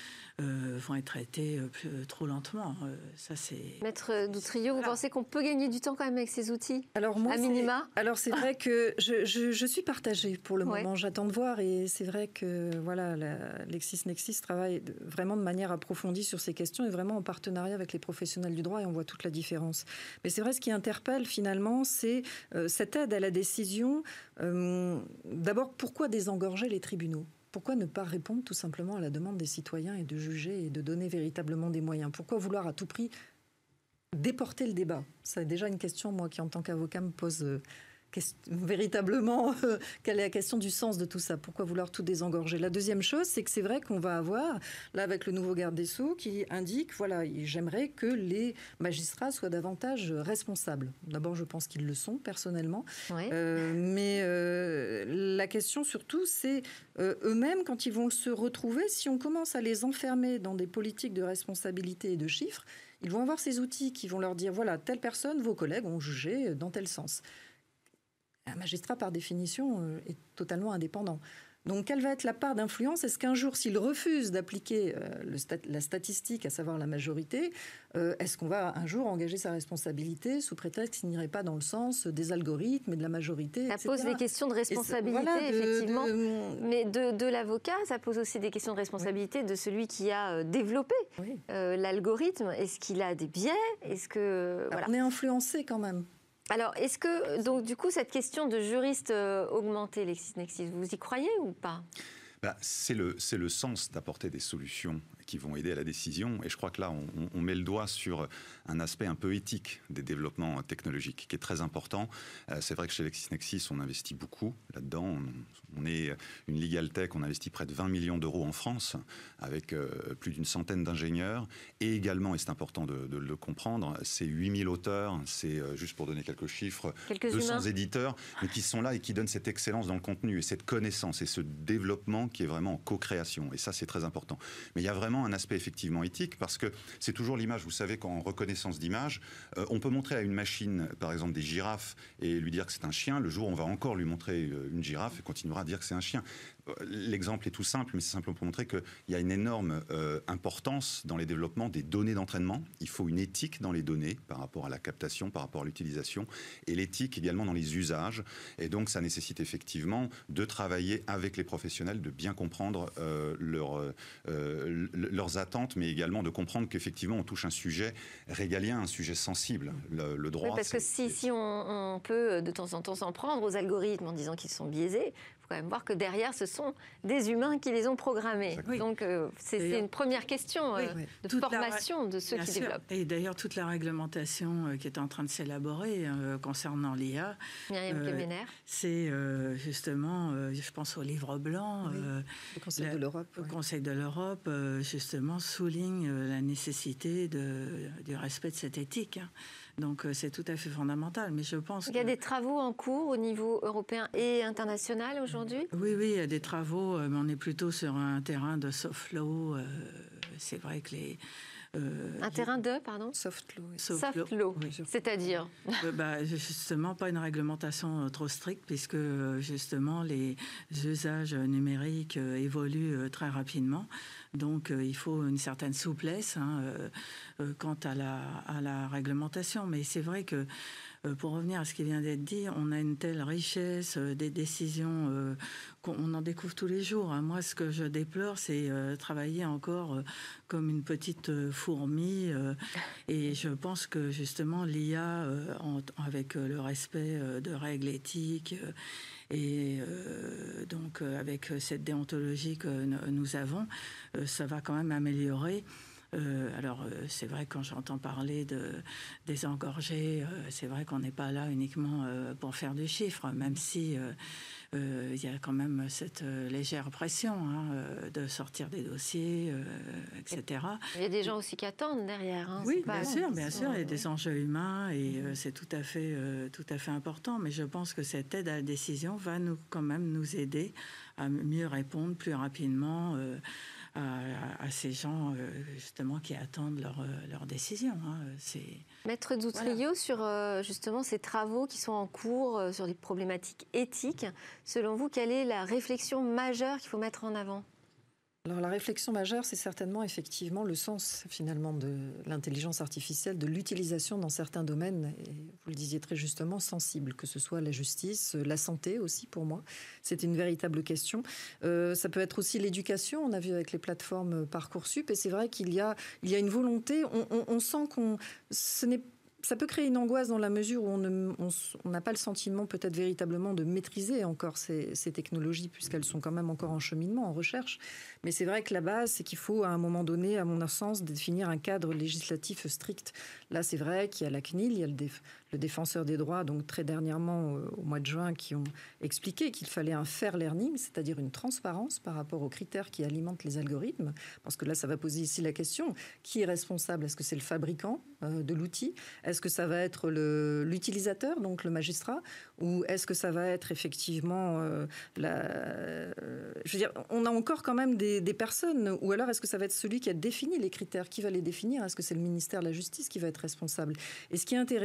E: Euh, vont être traités euh, plus, trop lentement. Euh, ça, c'est...
A: Maître Doutrillo, vous voilà. pensez qu'on peut gagner du temps quand même avec ces outils,
C: alors moi,
A: à minima ?
C: Alors c'est vrai que je, je, je suis partagée pour le ouais. moment. J'attends de voir, et c'est vrai que voilà, la LexisNexis travaille de, vraiment de manière approfondie sur ces questions et vraiment en partenariat avec les professionnels du droit, et on voit toute la différence. Mais c'est vrai, ce qui interpelle finalement, c'est euh, cette aide à la décision. Euh, d'abord, pourquoi désengorger les tribunaux ? Pourquoi ne pas répondre tout simplement à la demande des citoyens et de juger et de donner véritablement des moyens ? Pourquoi vouloir à tout prix déporter le débat ? C'est déjà une question, moi, qui en tant qu'avocat me pose euh, question, véritablement euh, quelle est la question du sens de tout ça ? Pourquoi vouloir tout désengorger ? La deuxième chose, c'est que c'est vrai qu'on va avoir, là avec le nouveau garde des Sceaux, qui indique, voilà, j'aimerais que les magistrats soient davantage responsables. D'abord, je pense qu'ils le sont, personnellement. Oui. Euh, mais euh, la question surtout, c'est euh, eux-mêmes, quand ils vont se retrouver, si on commence à les enfermer dans des politiques de responsabilité et de chiffres, ils vont avoir ces outils qui vont leur dire, voilà, telle personne, vos collègues ont jugé dans tel sens. Un magistrat, par définition, est totalement indépendant. Donc, quelle va être la part d'influence? Est-ce qu'un jour, s'il refuse d'appliquer euh, le stat- la statistique, à savoir la majorité, euh, est-ce qu'on va un jour engager sa responsabilité sous prétexte qu'il n'irait pas dans le sens des algorithmes et de la majorité,
A: Ça
C: et cetera.
A: pose des questions de responsabilité,
C: voilà, de-
A: effectivement.
C: de-
A: Mais de, de l'avocat, ça pose aussi des questions de responsabilité de celui qui a euh, développé
C: Oui.
A: euh, l'algorithme. Est-ce qu'il a des biais? Est-ce que voilà.
C: On est influencé quand même.
A: Alors, est-ce que donc du coup cette question de juriste euh, augmenté, LexisNexis, vous y croyez ou pas?
F: Bah, c'est le, c'est le sens d'apporter des solutions qui vont aider à la décision. Et je crois que là, on, on met le doigt sur un aspect un peu éthique des développements technologiques qui est très important. Euh, c'est vrai que chez LexisNexis, on investit beaucoup là-dedans. On, on est une Legal Tech, on investit près de vingt millions d'euros en France avec euh, plus d'une centaine d'ingénieurs. Et également, et c'est important de, de le comprendre, c'est huit mille auteurs, c'est euh, juste pour donner quelques chiffres,
A: Quelques
F: deux cents
A: humains.
F: éditeurs, mais qui sont là et qui donnent cette excellence dans le contenu et cette connaissance et ce développement qui est vraiment en co-création. Et ça, c'est très important. Mais il y a vraiment un aspect effectivement éthique parce que c'est toujours l'image, vous savez, qu'en reconnaissance d'image, euh, on peut montrer à une machine, par exemple, des girafes et lui dire que c'est un chien. Le jour où on va encore lui montrer une girafe et continuera à dire que c'est un chien. L'exemple est tout simple, mais c'est simplement pour montrer qu'il y a une énorme euh, importance dans les développements des données d'entraînement. Il faut une éthique dans les données par rapport à la captation, par rapport à l'utilisation, et l'éthique également dans les usages. Et donc, ça nécessite effectivement de travailler avec les professionnels, de bien comprendre euh, leur, euh, leurs attentes, mais également de comprendre qu'effectivement, on touche un sujet régalien, un sujet sensible, le, le droit.
A: Oui, parce que si, si on, on peut de temps en temps s'en prendre aux algorithmes en disant qu'ils sont biaisés, il faut quand même voir que derrière, ce sont des humains qui les ont programmés.
E: Oui.
A: Donc, euh, c'est c'est une première question euh,
E: Oui,
A: de
E: toute
A: formation
E: la...
A: de ceux
E: Bien
A: qui
E: sûr.
A: développent.
E: Et d'ailleurs, toute la réglementation euh, qui est en train de s'élaborer euh, concernant l'I A,
A: Myriam
E: euh,
A: Kemener.
E: c'est euh, justement, euh, je pense au livre blanc,
C: Oui.
E: euh,
C: Le Conseil
E: la-
C: de l'Europe.
E: le
C: ouais.
E: Conseil de l'Europe, euh, justement, souligne euh, la nécessité de, du respect de cette éthique. hein. Donc, euh, c'est tout à fait fondamental. Mais je pense
A: Il y a
E: que...
A: des travaux en cours au niveau européen et international aujourd'hui?
E: Oui, oui, il y a des travaux, euh, mais on est plutôt sur un terrain de soft law. euh, c'est vrai que les... euh,
A: Un terrain de, pardon?
C: Soft law. oui.
E: soft
A: Soft law,
E: oui.
A: c'est-à-dire?
E: Euh, bah, justement, pas une réglementation euh, trop stricte, puisque euh, justement les usages numériques euh, évoluent euh, très rapidement. Donc, euh, il faut une certaine souplesse hein, euh, euh, quant à la, à la réglementation. Mais c'est vrai que, euh, pour revenir à ce qui vient d'être dit, on a une telle richesse euh, des décisions euh, qu'on en découvre tous les jours. hein. Moi, ce que je déplore, c'est euh, travailler encore euh, comme une petite euh, fourmi. euh, et je pense que, justement, l'I A, euh, en- avec euh, le respect euh, de règles éthiques, euh, et euh, donc euh, avec cette déontologie que n- nous avons, euh, ça va quand même améliorer. Euh, alors, euh, c'est vrai, quand j'entends parler de désengorger, euh, c'est vrai qu'on n'est pas là uniquement euh, pour faire du chiffre, même si euh, euh, il y a quand même cette euh, légère pression hein, euh, de sortir des dossiers, euh, et cetera.
A: Il y a des gens aussi qui attendent derrière. hein.
E: Oui,
A: C'est pas-
E: bien sûr, bien
A: ils
E: sûr,
A: sont-
E: il y a des enjeux humains et euh, c'est tout à fait, euh, tout à fait important. Mais je pense que cette aide à la décision va nous, quand même nous aider à mieux répondre plus rapidement euh, à, à ces gens euh, justement qui attendent leur, euh, leur décision. hein. C'est...
A: Maître Doutrillo, sur euh, justement ces travaux qui sont en cours euh, sur des problématiques éthiques, selon vous, quelle est la réflexion majeure qu'il faut mettre en avant?
C: Alors la réflexion majeure, c'est certainement effectivement le sens finalement de l'intelligence artificielle, de l'utilisation dans certains domaines, et vous le disiez très justement, sensibles, que ce soit la justice, la santé aussi pour moi. C'est une véritable question. Euh, ça peut être aussi l'éducation, on a vu avec les plateformes Parcoursup, et c'est vrai qu'il y a, il y a une volonté, on, on, on sent qu'on... ce n'est Ça peut créer une angoisse dans la mesure où on ne- on s- on n'a pas le sentiment peut-être véritablement de maîtriser encore ces, ces technologies puisqu'elles sont quand même encore en cheminement, en recherche. Mais c'est vrai que la base, c'est qu'il faut à un moment donné, à mon sens, définir un cadre législatif strict. Là, c'est vrai qu'il y a la C N I L, il y a le, déf- le défenseur des droits, donc très dernièrement euh, au mois de juin, qui ont expliqué qu'il fallait un fair learning, c'est-à-dire une transparence par rapport aux critères qui alimentent les algorithmes. Parce que là, ça va poser ici la question, qui est responsable? Est-ce que c'est le fabricant euh, de l'outil? Est-ce que ça va être le- l'utilisateur, donc le magistrat? Ou est-ce que ça va être effectivement euh, la... euh, je veux dire, on a encore quand même des, des personnes, ou alors est-ce que ça va être celui qui a défini les critères? Qui va les définir? Est-ce que c'est le ministère de la Justice qui va être responsable? Et ce qui est intéressant, justement,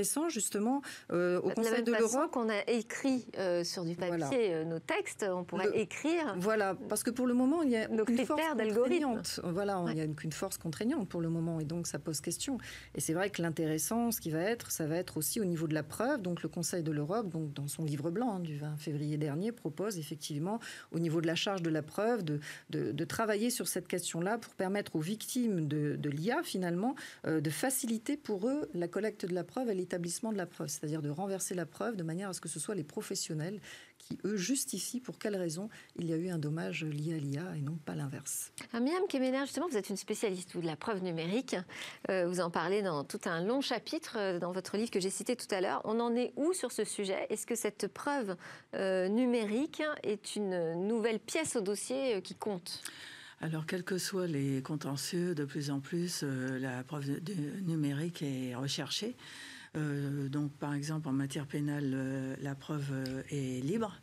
C: justement euh, au
A: de
C: Conseil
A: la même
C: de
A: façon
C: l'Europe
A: qu'on a écrit euh, sur du papier voilà. euh, nos textes, on pourrait
C: Le,
A: écrire.
C: Voilà, parce que pour le moment, il y a
A: nos
C: une force
A: d'algorithme.
C: Voilà,
A: ouais.
C: il n'y a qu'une force contraignante pour le moment, et donc ça pose question. Et c'est vrai que l'intéressant, ce qui va être, ça va être aussi au niveau de la preuve. Donc le Conseil de l'Europe, donc dans son livre blanc hein, du vingt février dernier, propose effectivement au niveau de la charge de la preuve de, de, de travailler sur cette question-là pour permettre aux victimes de, de l'I A finalement euh, de faciliter pour eux la collecte de la preuve et l'établissement de la preuve, c'est-à-dire de renverser la preuve de manière à ce que ce soit les professionnels qui, eux, justifient pour quelles raisons il y a eu un dommage lié à l'I A et non pas l'inverse.
A: Myriam Kemener, justement, vous êtes une spécialiste vous, de la preuve numérique. Euh, vous en parlez dans tout un long chapitre euh, dans votre livre que j'ai cité tout à l'heure. On en est où sur ce sujet? Est-ce que cette preuve euh, numérique est une nouvelle pièce au dossier euh, qui compte?
E: Alors, quels que soient les contentieux, de plus en plus, euh, la preuve de, de, numérique est recherchée. Euh, donc, par exemple, en matière pénale, euh, la preuve euh, est libre.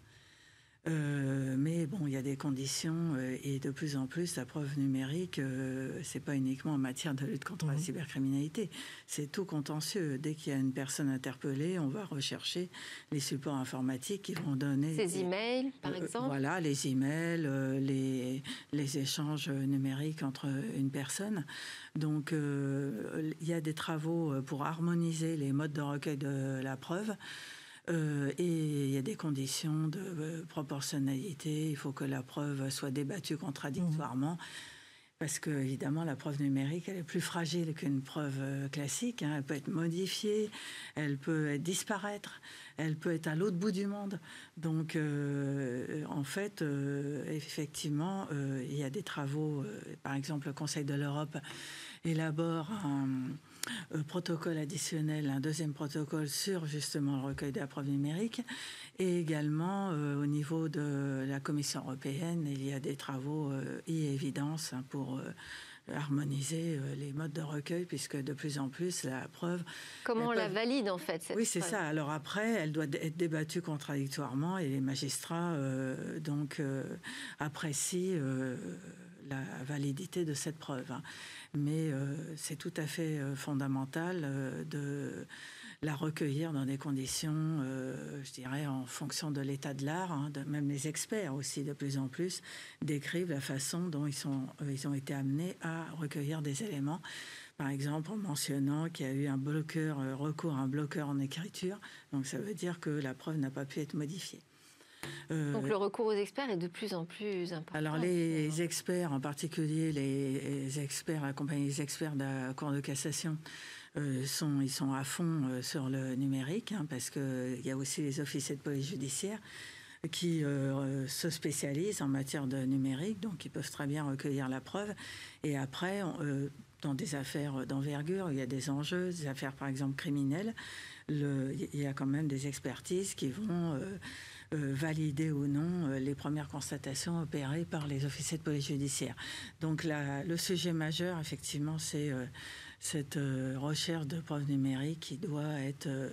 E: Euh, mais bon, il y a des conditions euh, et de plus en plus, la preuve numérique, euh, c'est pas uniquement en matière de lutte contre mmh. la cybercriminalité. C'est tout contentieux. Dès qu'il y a une personne interpellée, on va rechercher les supports informatiques qui vont donner...
A: Ces emails, par euh, exemple
E: Voilà, les emails, euh, les, les échanges numériques entre une personne. Donc, euh, il y a des travaux pour harmoniser les modes de recueil de la preuve. Euh, et il y a des conditions de euh, proportionnalité. Il faut que la preuve soit débattue contradictoirement. Mmh. Parce que, évidemment, la preuve numérique, elle est plus fragile qu'une preuve euh, classique. Hein. Elle peut être modifiée, elle peut disparaître, elle peut être à l'autre bout du monde. Donc, euh, en fait, euh, effectivement, euh, il y a des travaux. Euh, par exemple, le Conseil de l'Europe élabore un euh, protocole additionnel, un deuxième protocole sur justement le recueil de la preuve numérique. Et également, euh, au niveau de la Commission européenne, il y a des travaux euh, e-évidence hein, pour euh, harmoniser euh, les modes de recueil, puisque de plus en plus, la preuve...
A: Comment on
E: peut...
A: la valide, en fait, cette
E: Oui, c'est
A: preuve.
E: ça. Alors après, elle doit être débattue contradictoirement et les magistrats euh, donc, euh, apprécient euh, la validité de cette preuve. Hein. Mais euh, c'est tout à fait euh, fondamental euh, de la recueillir dans des conditions, euh, je dirais, en fonction de l'état de l'art. Hein, de, même les experts aussi, de plus en plus, décrivent la façon dont ils, sont, euh, ils ont été amenés à recueillir des éléments. Par exemple, en mentionnant qu'il y a eu un bloqueur, euh, recours à un bloqueur en écriture. Donc ça veut dire que la preuve n'a pas pu être modifiée.
A: Euh, Donc le recours aux experts est de plus en plus important.
E: Alors les experts, en particulier les experts, accompagnés des experts de la Cour de cassation, euh, sont, ils sont à fond euh, sur le numérique, hein, parce qu'il y a aussi les officiers de police judiciaire qui euh, se spécialisent en matière de numérique, donc ils peuvent très bien recueillir la preuve. Et après, euh, dans des affaires d'envergure, il y a des enjeux, des affaires par exemple criminelles, le, il y a quand même des expertises qui vont... Euh, Euh, valider ou non euh, les premières constatations opérées par les officiers de police judiciaire. Donc la, le sujet majeur, effectivement, c'est euh, cette euh, recherche de preuves numériques qui doit être, euh,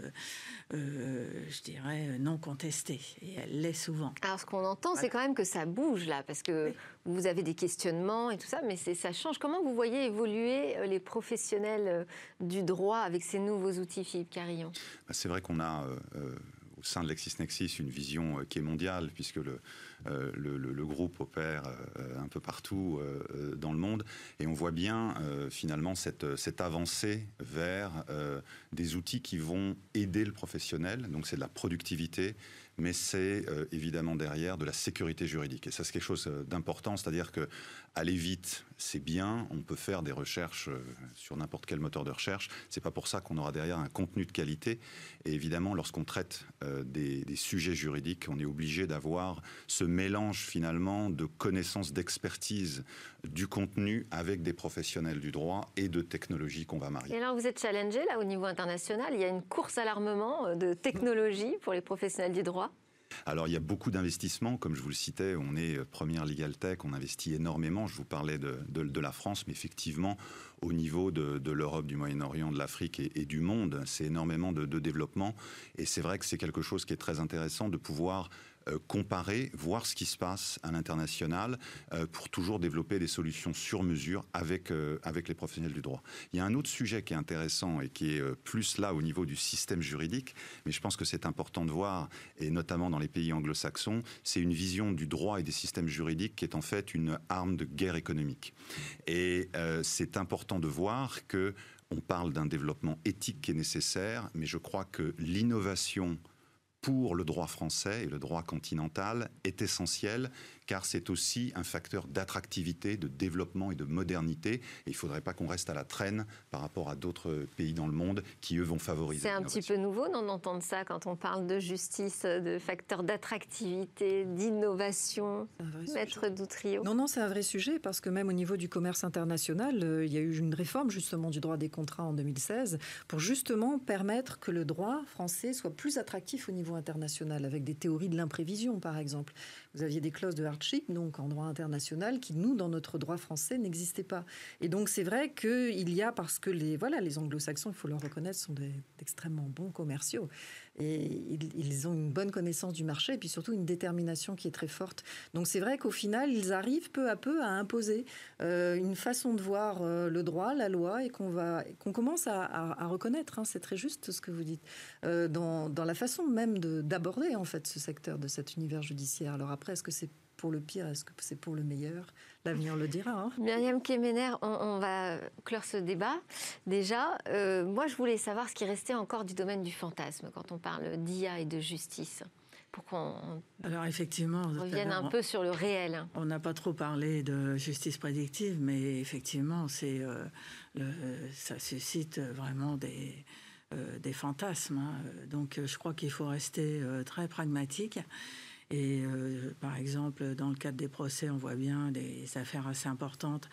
E: euh, je dirais, non contestée. Et elle l'est souvent.
A: Alors ce qu'on entend, voilà. c'est quand même que ça bouge là, parce que oui. vous avez des questionnements et tout ça, mais c'est, ça change. Comment vous voyez évoluer les professionnels du droit avec ces nouveaux outils, Philippe Carillon ?
F: C'est vrai qu'on a... Euh, au sein de LexisNexis, une vision qui est mondiale, puisque le, euh, le, le, le groupe opère euh, un peu partout euh, dans le monde. Et on voit bien, euh, finalement, cette, cette avancée vers euh, des outils qui vont aider le professionnel. Donc, c'est de la productivité, mais c'est euh, évidemment derrière de la sécurité juridique. Et ça, c'est quelque chose d'important, c'est-à-dire que aller vite, c'est bien, on peut faire des recherches euh, sur n'importe quel moteur de recherche, c'est pas pour ça qu'on aura derrière un contenu de qualité. Et évidemment, lorsqu'on traite euh, des, des sujets juridiques, on est obligé d'avoir ce mélange finalement de connaissances, d'expertise du contenu avec des professionnels du droit et de technologie qu'on va marier.
A: Et alors, vous êtes challengé là au niveau international, il y a une course à l'armement de technologie pour les professionnels du droit ?
F: Alors, il y a beaucoup d'investissements. Comme je vous le citais, on est première Legal Tech, on investit énormément. Je vous parlais de, de, de la France, mais effectivement, au niveau de, de l'Europe, du Moyen-Orient, de l'Afrique et, et du monde, c'est énormément de, de développement. Et c'est vrai que c'est quelque chose qui est très intéressant de pouvoir euh, comparer, voir ce qui se passe à l'international euh, pour toujours développer des solutions sur mesure avec, euh, avec les professionnels du droit. Il y a un autre sujet qui est intéressant et qui est euh, plus là au niveau du système juridique, mais je pense que c'est important de voir, et notamment dans les pays anglo-saxons, c'est une vision du droit et des systèmes juridiques qui est en fait une arme de guerre économique. Et euh, c'est important de voir que on parle d'un développement éthique qui est nécessaire, mais je crois que l'innovation pour le droit français et le droit continental est essentielle, car c'est aussi un facteur d'attractivité, de développement et de modernité. Et il ne faudrait pas qu'on reste à la traîne par rapport à d'autres pays dans le monde qui, eux, vont favoriser l'innovation.
A: C'est un petit peu nouveau non, d'entendre ça quand on parle de justice, de facteurs d'attractivité, d'innovation. Maître Doutrillo.
C: Non, non, c'est un vrai sujet parce que même au niveau du commerce international, euh, il y a eu une réforme justement du droit des contrats en deux mille seize pour justement permettre que le droit français soit plus attractif au niveau international, avec des théories de l'imprévision, par exemple. Vous aviez des clauses de hardship, donc en droit international, qui, nous, dans notre droit français, n'existaient pas. Et donc, c'est vrai qu'il y a, parce que les, voilà, les anglo-saxons, il faut le reconnaître, sont des, d'extrêmement bons commerciaux. Et ils, ils ont une bonne connaissance du marché, et puis surtout une détermination qui est très forte. Donc, c'est vrai qu'au final, ils arrivent peu à peu à imposer euh, une façon de voir euh, le droit, la loi, et qu'on, va, qu'on commence à, à, à reconnaître. Hein, c'est très juste ce que vous dites. Euh, dans, dans la façon même de, d'aborder, en fait, ce secteur de cet univers judiciaire. Alors après, est-ce que c'est pour le pire, est-ce que c'est pour le meilleur? L'avenir le dira. Hein.
A: Myriam Kemener, on, on va clore ce débat. Déjà, euh, moi, je voulais savoir ce qui restait encore du domaine du fantasme quand on parle d'I A et de justice. Pour qu'on
E: Alors effectivement,
A: revienne un peu sur le réel.
E: On n'a pas trop parlé de justice prédictive, mais effectivement, c'est, euh, le, ça suscite vraiment des, euh, des fantasmes. Hein. Donc je crois qu'il faut rester euh, très pragmatique. Et euh, par exemple, dans le cadre des procès, on voit bien des affaires assez importantes.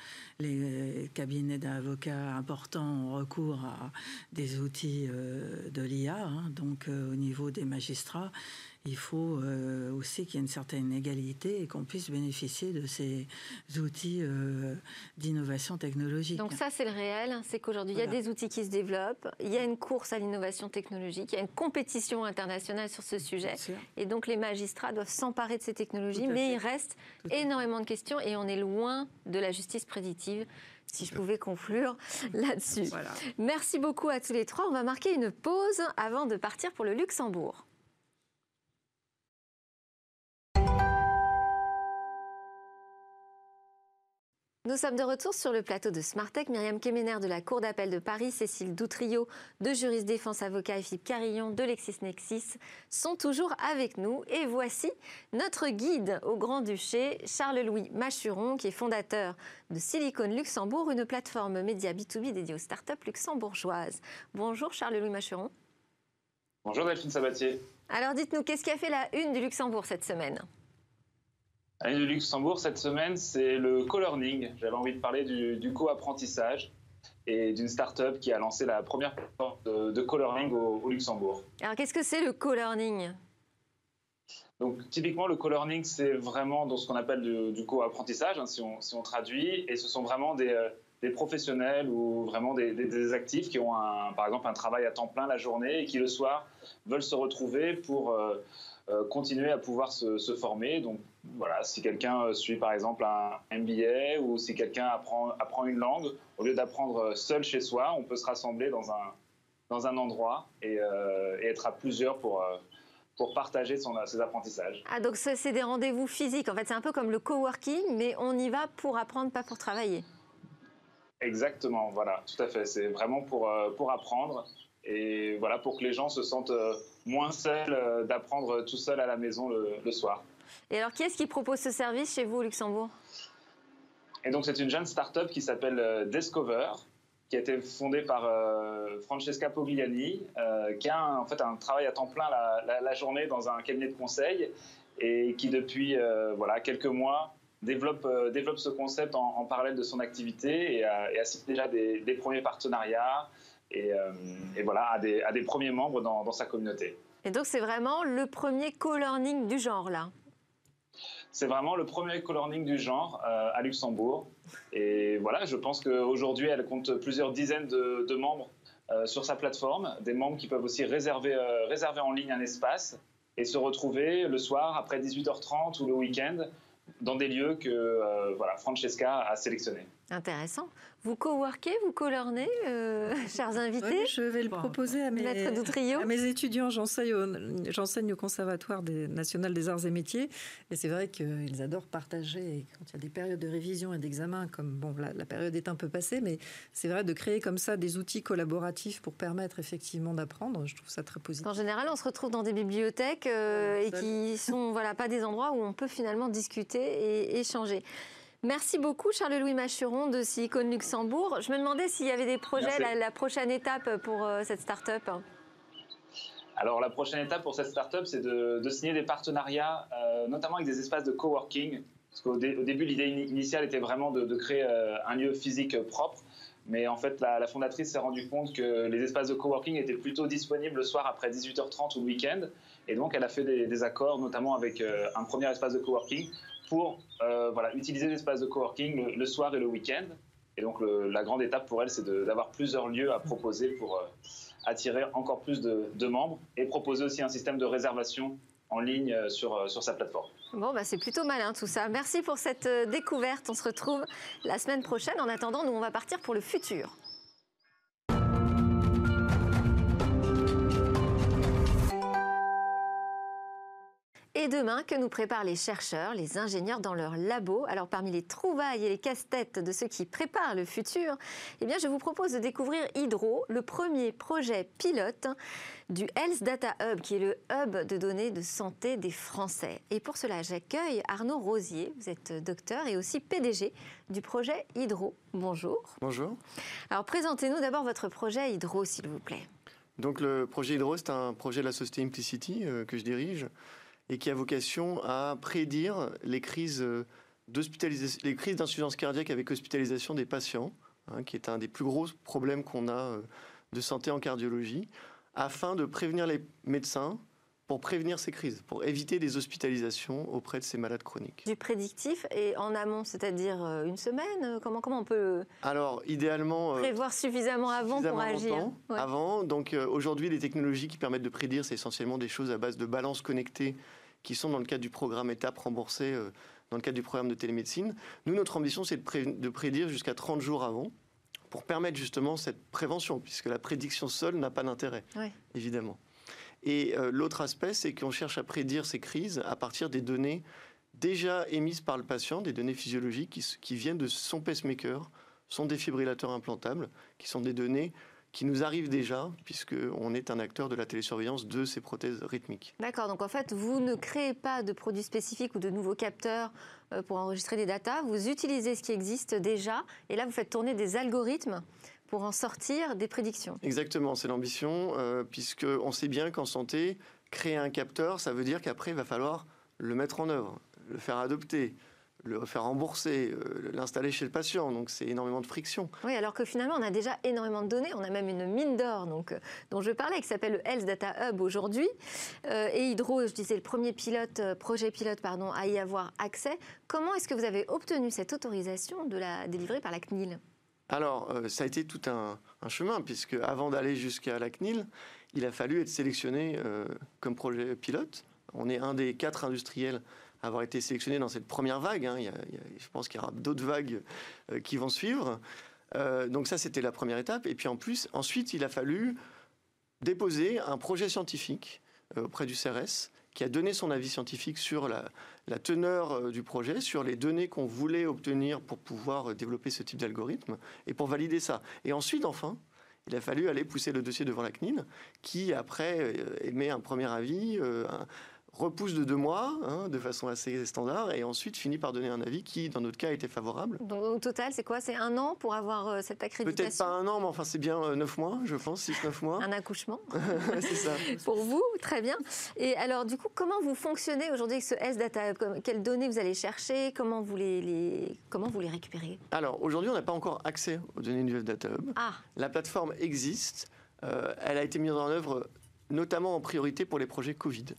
E: Les cabinets d'avocats importants ont recours à des outils euh, de l'I A. Hein. Donc euh, au niveau des magistrats, il faut euh, aussi qu'il y ait une certaine égalité et qu'on puisse bénéficier de ces outils euh, d'innovation technologique.
A: Donc ça, c'est le réel. C'est qu'aujourd'hui, voilà. Il y a des outils qui se développent. Il y a une course à l'innovation technologique. Il y a une compétition internationale sur ce sujet. Et donc, les magistrats doivent s'emparer de ces technologies. Mais fait. il reste Tout énormément de questions et on est loin de la justice prédictive. Si je pouvais conclure là-dessus. Voilà. Merci beaucoup à tous les trois. On va marquer une pause avant de partir pour le Luxembourg. Nous sommes de retour sur le plateau de Smartech. Myriam Kemener de la Cour d'appel de Paris, Cécile Doutrillo de Juris Défense Avocat et Philippe Carillon de LexisNexis sont toujours avec nous. Et voici notre guide au Grand-Duché, Charles-Louis Machuron, qui est fondateur de Silicon Luxembourg, une plateforme média B deux B dédiée aux startups luxembourgeoises. Bonjour Charles-Louis Machuron.
G: Bonjour Delphine Sabatier.
A: Alors dites-nous, qu'est-ce qui a fait la une du Luxembourg cette semaine ?
G: La une du Luxembourg cette semaine, c'est le co-learning. J'avais envie de parler du, du co-apprentissage et d'une start-up qui a lancé la première plateforme de, de co-learning au, au Luxembourg.
A: Alors qu'est-ce que c'est le co-learning ?
G: Donc typiquement, le co-learning, c'est vraiment dans ce qu'on appelle du, du co-apprentissage, hein, si, on, si on traduit, et ce sont vraiment des, euh, des professionnels ou vraiment des, des, des actifs qui ont un, par exemple un travail à temps plein la journée et qui le soir veulent se retrouver pour euh, euh, continuer à pouvoir se, se former. Donc voilà, si quelqu'un suit par exemple un M B A ou si quelqu'un apprend, apprend une langue, au lieu d'apprendre seul chez soi, on peut se rassembler dans un, dans un endroit et, euh, et être à plusieurs pour... Euh, pour partager son, ses apprentissages.
A: Ah, donc ça, c'est des rendez-vous physiques. En fait, c'est un peu comme le coworking, mais on y va pour apprendre, pas pour travailler.
G: Exactement, voilà, tout à fait. C'est vraiment pour, pour apprendre et voilà, pour que les gens se sentent moins seuls d'apprendre tout seul à la maison le, le soir.
A: Et alors, qui est-ce qui propose ce service chez vous au Luxembourg ?
G: Et donc, c'est une jeune start-up qui s'appelle Discover, qui a été fondée par euh, Francesca Pogliani, euh, qui a un, en fait un travail à temps plein la, la, la journée dans un cabinet de conseil et qui depuis euh, voilà, quelques mois développe, euh, développe ce concept en, en parallèle de son activité et a, et a signé déjà des, des premiers partenariats et, euh, et voilà, a des, a des premiers membres dans, dans sa communauté.
A: Et donc c'est vraiment le premier co-learning du genre là ?
G: C'est vraiment le premier co-learning du genre euh, à Luxembourg. Et voilà, je pense qu'aujourd'hui, elle compte plusieurs dizaines de, de membres euh, sur sa plateforme, des membres qui peuvent aussi réserver, euh, réserver en ligne un espace et se retrouver le soir après dix-huit heures trente ou le week-end dans des lieux que euh, voilà, Francesca a sélectionnés.
A: Intéressant. Vous coworkez, vous colornez, euh, chers invités?
C: Oui, je vais le proposer à mes, à mes étudiants. J'enseigne au, j'enseigne au Conservatoire des, national des arts et métiers. Et c'est vrai qu'ils adorent partager. Et quand il y a des périodes de révision et d'examen, comme bon, la, la période est un peu passée, mais c'est vrai de créer comme ça des outils collaboratifs pour permettre effectivement d'apprendre. Je trouve ça très positif.
A: En général, on se retrouve dans des bibliothèques euh, et qui sont voilà, pas des endroits où on peut finalement discuter et échanger. Merci beaucoup Charles-Louis Machuron de Silicon Luxembourg. Je me demandais s'il y avait des projets, la, la prochaine étape pour euh, cette start-up.
G: Alors la prochaine étape pour cette start-up, c'est de, de signer des partenariats, euh, notamment avec des espaces de coworking. Parce qu'au dé, au début, l'idée initiale était vraiment de, de créer euh, un lieu physique propre. Mais en fait, la, la fondatrice s'est rendue compte que les espaces de coworking étaient plutôt disponibles le soir après dix-huit heures trente ou le week-end. Et donc, elle a fait des, des accords, notamment avec euh, un premier espace de coworking, pour euh, voilà, utiliser l'espace de coworking le, le soir et le week-end. Et donc, le, la grande étape pour elle, c'est de, d'avoir plusieurs lieux à proposer pour euh, attirer encore plus de, de membres et proposer aussi un système de réservation en ligne sur, sur sa plateforme.
A: Bon, bah c'est plutôt malin tout ça. Merci pour cette découverte. On se retrouve la semaine prochaine. En attendant, nous, on va partir pour le futur. Et demain, que nous préparent les chercheurs, les ingénieurs dans leur labo? Alors, parmi les trouvailles et les casse-têtes de ceux qui préparent le futur, eh bien, je vous propose de découvrir Hydro, le premier projet pilote du Health Data Hub, qui est le hub de données de santé des Français. Et pour cela, j'accueille Arnaud Rosier. Vous êtes docteur et aussi P D G du projet Hydro. Bonjour.
H: Bonjour.
A: Alors, présentez-nous d'abord votre projet Hydro, s'il vous plaît.
H: Donc, le projet Hydro, c'est un projet de la société Implicity euh, que je dirige, et qui a vocation à prédire les crises d'hospitalisation, les crises d'insuffisance cardiaque avec hospitalisation des patients, hein, qui est un des plus gros problèmes qu'on a de santé en cardiologie, afin de prévenir les médecins pour prévenir ces crises, pour éviter des hospitalisations auprès de ces malades chroniques.
A: Du prédictif et en amont, c'est-à-dire une semaine, comment, comment on peut
H: Alors, idéalement,
A: prévoir suffisamment avant
H: suffisamment
A: pour agir
H: longtemps,
A: ouais.
H: Avant, donc euh, aujourd'hui, les technologies qui permettent de prédire, c'est essentiellement des choses à base de balances connectées qui sont dans le cadre du programme étape remboursé euh, dans le cadre du programme de télémédecine. Nous, notre ambition, c'est de, pré de prédire jusqu'à trente jours avant pour permettre justement cette prévention, puisque la prédiction seule n'a pas d'intérêt, ouais. évidemment. Et euh, l'autre aspect, c'est qu'on cherche à prédire ces crises à partir des données déjà émises par le patient, des données physiologiques qui, qui viennent de son pacemaker, son défibrillateur implantable, qui sont des données qui nous arrivent déjà, puisqu'on est un acteur de la télésurveillance de ces prothèses rythmiques.
A: D'accord, donc en fait, vous ne créez pas de produits spécifiques ou de nouveaux capteurs pour enregistrer des datas, vous utilisez ce qui existe déjà, et là, vous faites tourner des algorithmes pour en sortir des prédictions.
H: Exactement, c'est l'ambition, euh, puisqu'on sait bien qu'en santé, créer un capteur, ça veut dire qu'après, il va falloir le mettre en œuvre, le faire adopter, le faire rembourser, euh, l'installer chez le patient. Donc, c'est énormément de friction.
A: Oui, alors que finalement, on a déjà énormément de données. On a même une mine d'or donc, euh, dont je parlais, qui s'appelle le Health Data Hub aujourd'hui. Euh, et Hydro, je disais, le premier pilote, euh, projet pilote pardon, à y avoir accès. Comment est-ce que vous avez obtenu cette autorisation de la délivrer par la C N I L ?
H: Alors, euh, ça a été tout un, un chemin, puisque avant d'aller jusqu'à la C N I L, il a fallu être sélectionné euh, comme projet pilote. On est un des quatre industriels à avoir été sélectionné dans cette première vague. Hein. Il y a, il y a, je pense qu'il y aura d'autres vagues euh, qui vont suivre. Euh, donc ça, c'était la première étape. Et puis en plus, ensuite, il a fallu déposer un projet scientifique euh, auprès du C R S qui a donné son avis scientifique sur la, la teneur euh, du projet, sur les données qu'on voulait obtenir pour pouvoir euh, développer ce type d'algorithme et pour valider ça. Et ensuite, enfin, il a fallu aller pousser le dossier devant la C N I L qui, après, euh, émet un premier avis, euh, un, repousse de deux mois, hein, de façon assez standard, et ensuite finit par donner un avis qui, dans notre cas, était favorable.
A: Donc au total, c'est quoi? C'est un an pour avoir euh, cette accréditation?
H: Peut-être pas un an, mais enfin c'est bien euh, neuf mois, je pense, six neuf mois.
A: Un accouchement.
H: C'est ça.
A: Pour vous, très bien. Et alors, du coup, comment vous fonctionnez aujourd'hui avec ce Health Data Hub? Quelles données vous allez chercher? Comment vous les, les, comment vous les récupérez?
H: Alors, aujourd'hui, on n'a pas encore accès aux données du Health Data Hub.
A: Ah.
H: La plateforme existe. Euh, elle a été mise en œuvre notamment en priorité pour les projets Covid.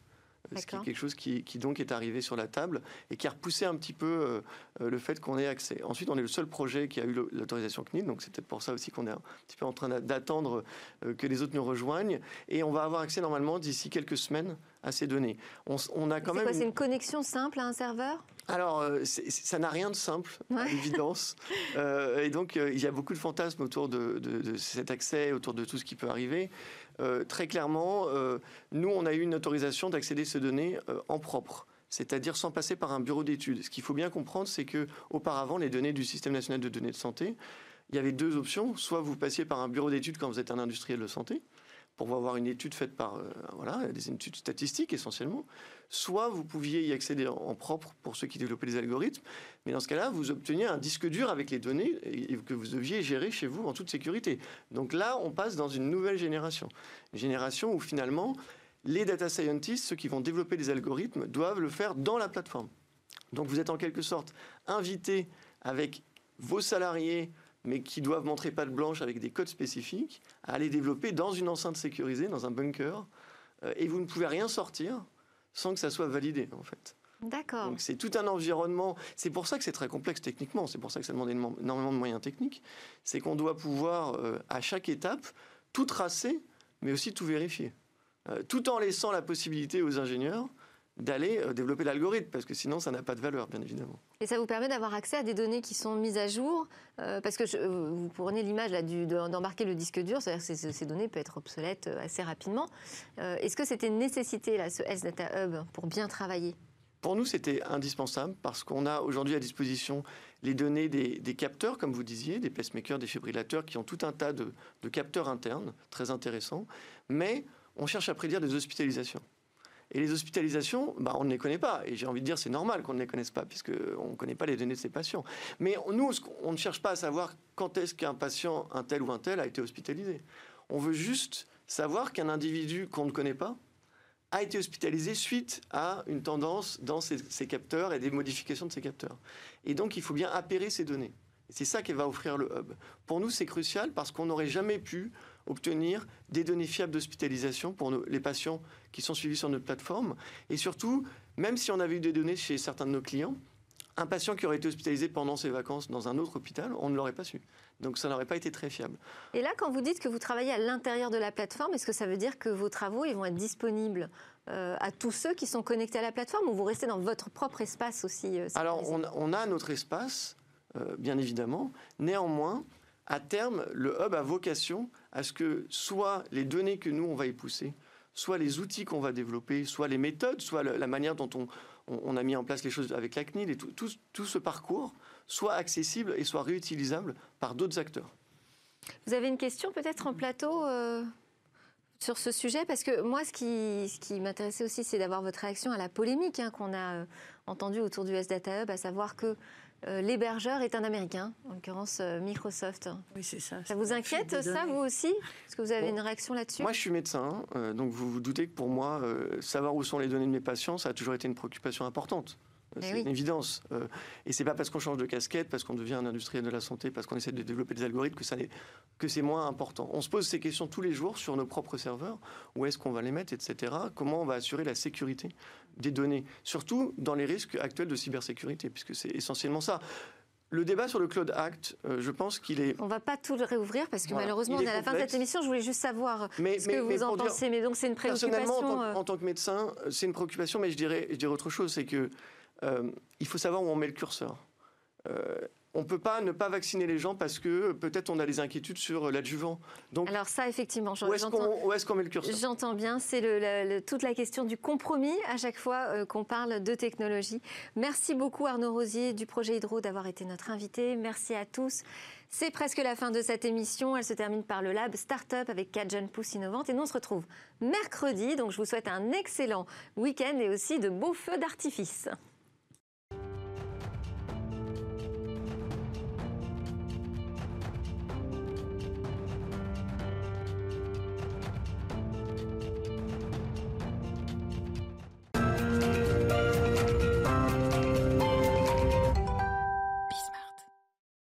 H: ce qui est quelque chose qui, qui donc est arrivé sur la table et qui a repoussé un petit peu euh, le fait qu'on ait accès. Ensuite, on est le seul projet qui a eu l'autorisation C N I L, donc c'est peut-être pour ça aussi qu'on est un petit peu en train d'attendre euh, que les autres nous rejoignent. Et on va avoir accès normalement d'ici quelques semaines à ces données. On, on a quand même.
A: C'est quoi, c'est une connexion simple à un serveur ?
H: Alors, euh, c'est, ça n'a rien de simple, ouais. à l'évidence. Euh, et donc, euh, il y a beaucoup de fantasmes autour de, de, de cet accès, autour de tout ce qui peut arriver. Euh, très clairement, euh, nous, on a eu une autorisation d'accéder à ces données euh, en propre, c'est-à-dire sans passer par un bureau d'études. Ce qu'il faut bien comprendre, c'est qu'auparavant, les données du Système national de données de santé, il y avait deux options. Soit vous passiez par un bureau d'études quand vous êtes un industriel de santé, pour avoir une étude faite par euh, voilà, des études statistiques essentiellement, soit vous pouviez y accéder en propre pour ceux qui développaient les algorithmes, mais dans ce cas-là, vous obteniez un disque dur avec les données et que vous deviez gérer chez vous en toute sécurité. Donc là, on passe dans une nouvelle génération, une génération où finalement, les data scientists, ceux qui vont développer les algorithmes, doivent le faire dans la plateforme. Donc vous êtes en quelque sorte invité avec vos salariés, mais qui doivent montrer patte blanche avec des codes spécifiques, à aller développer dans une enceinte sécurisée, dans un bunker, euh, et vous ne pouvez rien sortir sans que ça soit validé, en fait.
A: D'accord.
H: Donc c'est tout un environnement. C'est pour ça que c'est très complexe techniquement, c'est pour ça que ça demande énormément de moyens techniques. C'est qu'on doit pouvoir, euh, à chaque étape, tout tracer, mais aussi tout vérifier. Euh, tout en laissant la possibilité aux ingénieurs d'aller euh, développer l'algorithme, parce que sinon ça n'a pas de valeur, bien évidemment.
A: Et ça vous permet d'avoir accès à des données qui sont mises à jour, euh, parce que je, vous prenez l'image là du, d'embarquer le disque dur, c'est-à-dire que ces, ces données peuvent être obsolètes assez rapidement. Euh, est-ce que c'était une nécessité, là, ce Health Data Hub, pour bien travailler ?
H: Pour nous, c'était indispensable, parce qu'on a aujourd'hui à disposition les données des, des capteurs, comme vous disiez, des pacemakers, des fibrillateurs, qui ont tout un tas de, de capteurs internes, très intéressants, mais on cherche à prédire des hospitalisations. Et les hospitalisations, bah, on ne les connaît pas. Et j'ai envie de dire, c'est normal qu'on ne les connaisse pas, puisqu'on ne connaît pas les données de ces patients. Mais nous, on ne cherche pas à savoir quand est-ce qu'un patient, un tel ou un tel, a été hospitalisé. On veut juste savoir qu'un individu qu'on ne connaît pas a été hospitalisé suite à une tendance dans ces, ces capteurs et des modifications de ces capteurs. Et donc, il faut bien appairer ces données. Et c'est ça qui va offrir le hub. Pour nous, c'est crucial parce qu'on n'aurait jamais pu obtenir des données fiables d'hospitalisation pour nos, les patients qui sont suivis sur notre plateforme. Et surtout, même si on avait eu des données chez certains de nos clients, un patient qui aurait été hospitalisé pendant ses vacances dans un autre hôpital, on ne l'aurait pas su. Donc ça n'aurait pas été très fiable.
A: Et là, quand vous dites que vous travaillez à l'intérieur de la plateforme, est-ce que ça veut dire que vos travaux ils vont être disponibles euh, à tous ceux qui sont connectés à la plateforme, ou vous restez dans votre propre espace aussi euh,
H: Alors, on, on a notre espace, euh, bien évidemment. Néanmoins, à terme, le hub a vocation à ce que soit les données que nous, on va y pousser, soit les outils qu'on va développer, soit les méthodes, soit le, la manière dont on, on, on a mis en place les choses avec la C N I L et tout, tout, tout ce parcours soit accessible et soit réutilisable par d'autres acteurs.
A: Vous avez une question peut-être en plateau euh, sur ce sujet ? Parce que moi, ce qui, ce qui m'intéressait aussi, c'est d'avoir votre réaction à la polémique hein, qu'on a euh, entendue autour du Health Data Hub, à savoir que Euh, l'hébergeur est un Américain, en l'occurrence euh, Microsoft.
E: Oui, c'est ça.
A: Ça vous inquiète, ça, vous aussi ? Est-ce que vous avez bon, une réaction là-dessus ?
H: Moi, je suis médecin, euh, donc vous vous doutez que pour moi, euh, savoir où sont les données de mes patients, ça a toujours été une préoccupation importante. C'est oui. une évidence. Euh, et c'est pas parce qu'on change de casquette, parce qu'on devient un industriel de la santé, parce qu'on essaie de développer des algorithmes que, ça que c'est moins important. On se pose ces questions tous les jours sur nos propres serveurs. Où est-ce qu'on va les mettre, et cetera. Comment on va assurer la sécurité des données, surtout dans les risques actuels de cybersécurité, puisque c'est essentiellement ça. Le débat sur le Cloud Act, euh, je pense qu'il est...
A: On ne va pas tout le réouvrir parce que voilà, malheureusement, on est à la complexe. fin de cette émission. Je voulais juste savoir
H: mais,
A: ce
H: mais,
A: que vous
H: mais
A: en pensez. Dire, mais donc, c'est une préoccupation.
H: Personnellement, en tant,
A: euh...
H: en tant que médecin, c'est une préoccupation, mais je dirais, je dirais autre chose, c'est que euh, il faut savoir où on met le curseur. Euh, on ne peut pas ne pas vacciner les gens parce que peut-être on a des inquiétudes sur l'adjuvant. Donc,
A: alors ça, effectivement,
H: où est-ce qu'on est qu'on met le curseur ?
A: J'entends bien, c'est le, le, le, toute la question du compromis à chaque fois euh, qu'on parle de technologie. Merci beaucoup Arnaud Rosier du projet Hydro d'avoir été notre invité. Merci à tous. C'est presque la fin de cette émission. Elle se termine par le Lab Startup avec quatre jeunes pousses innovantes. Et nous, on se retrouve mercredi. Donc je vous souhaite un excellent week-end et aussi de beaux feux d'artifice.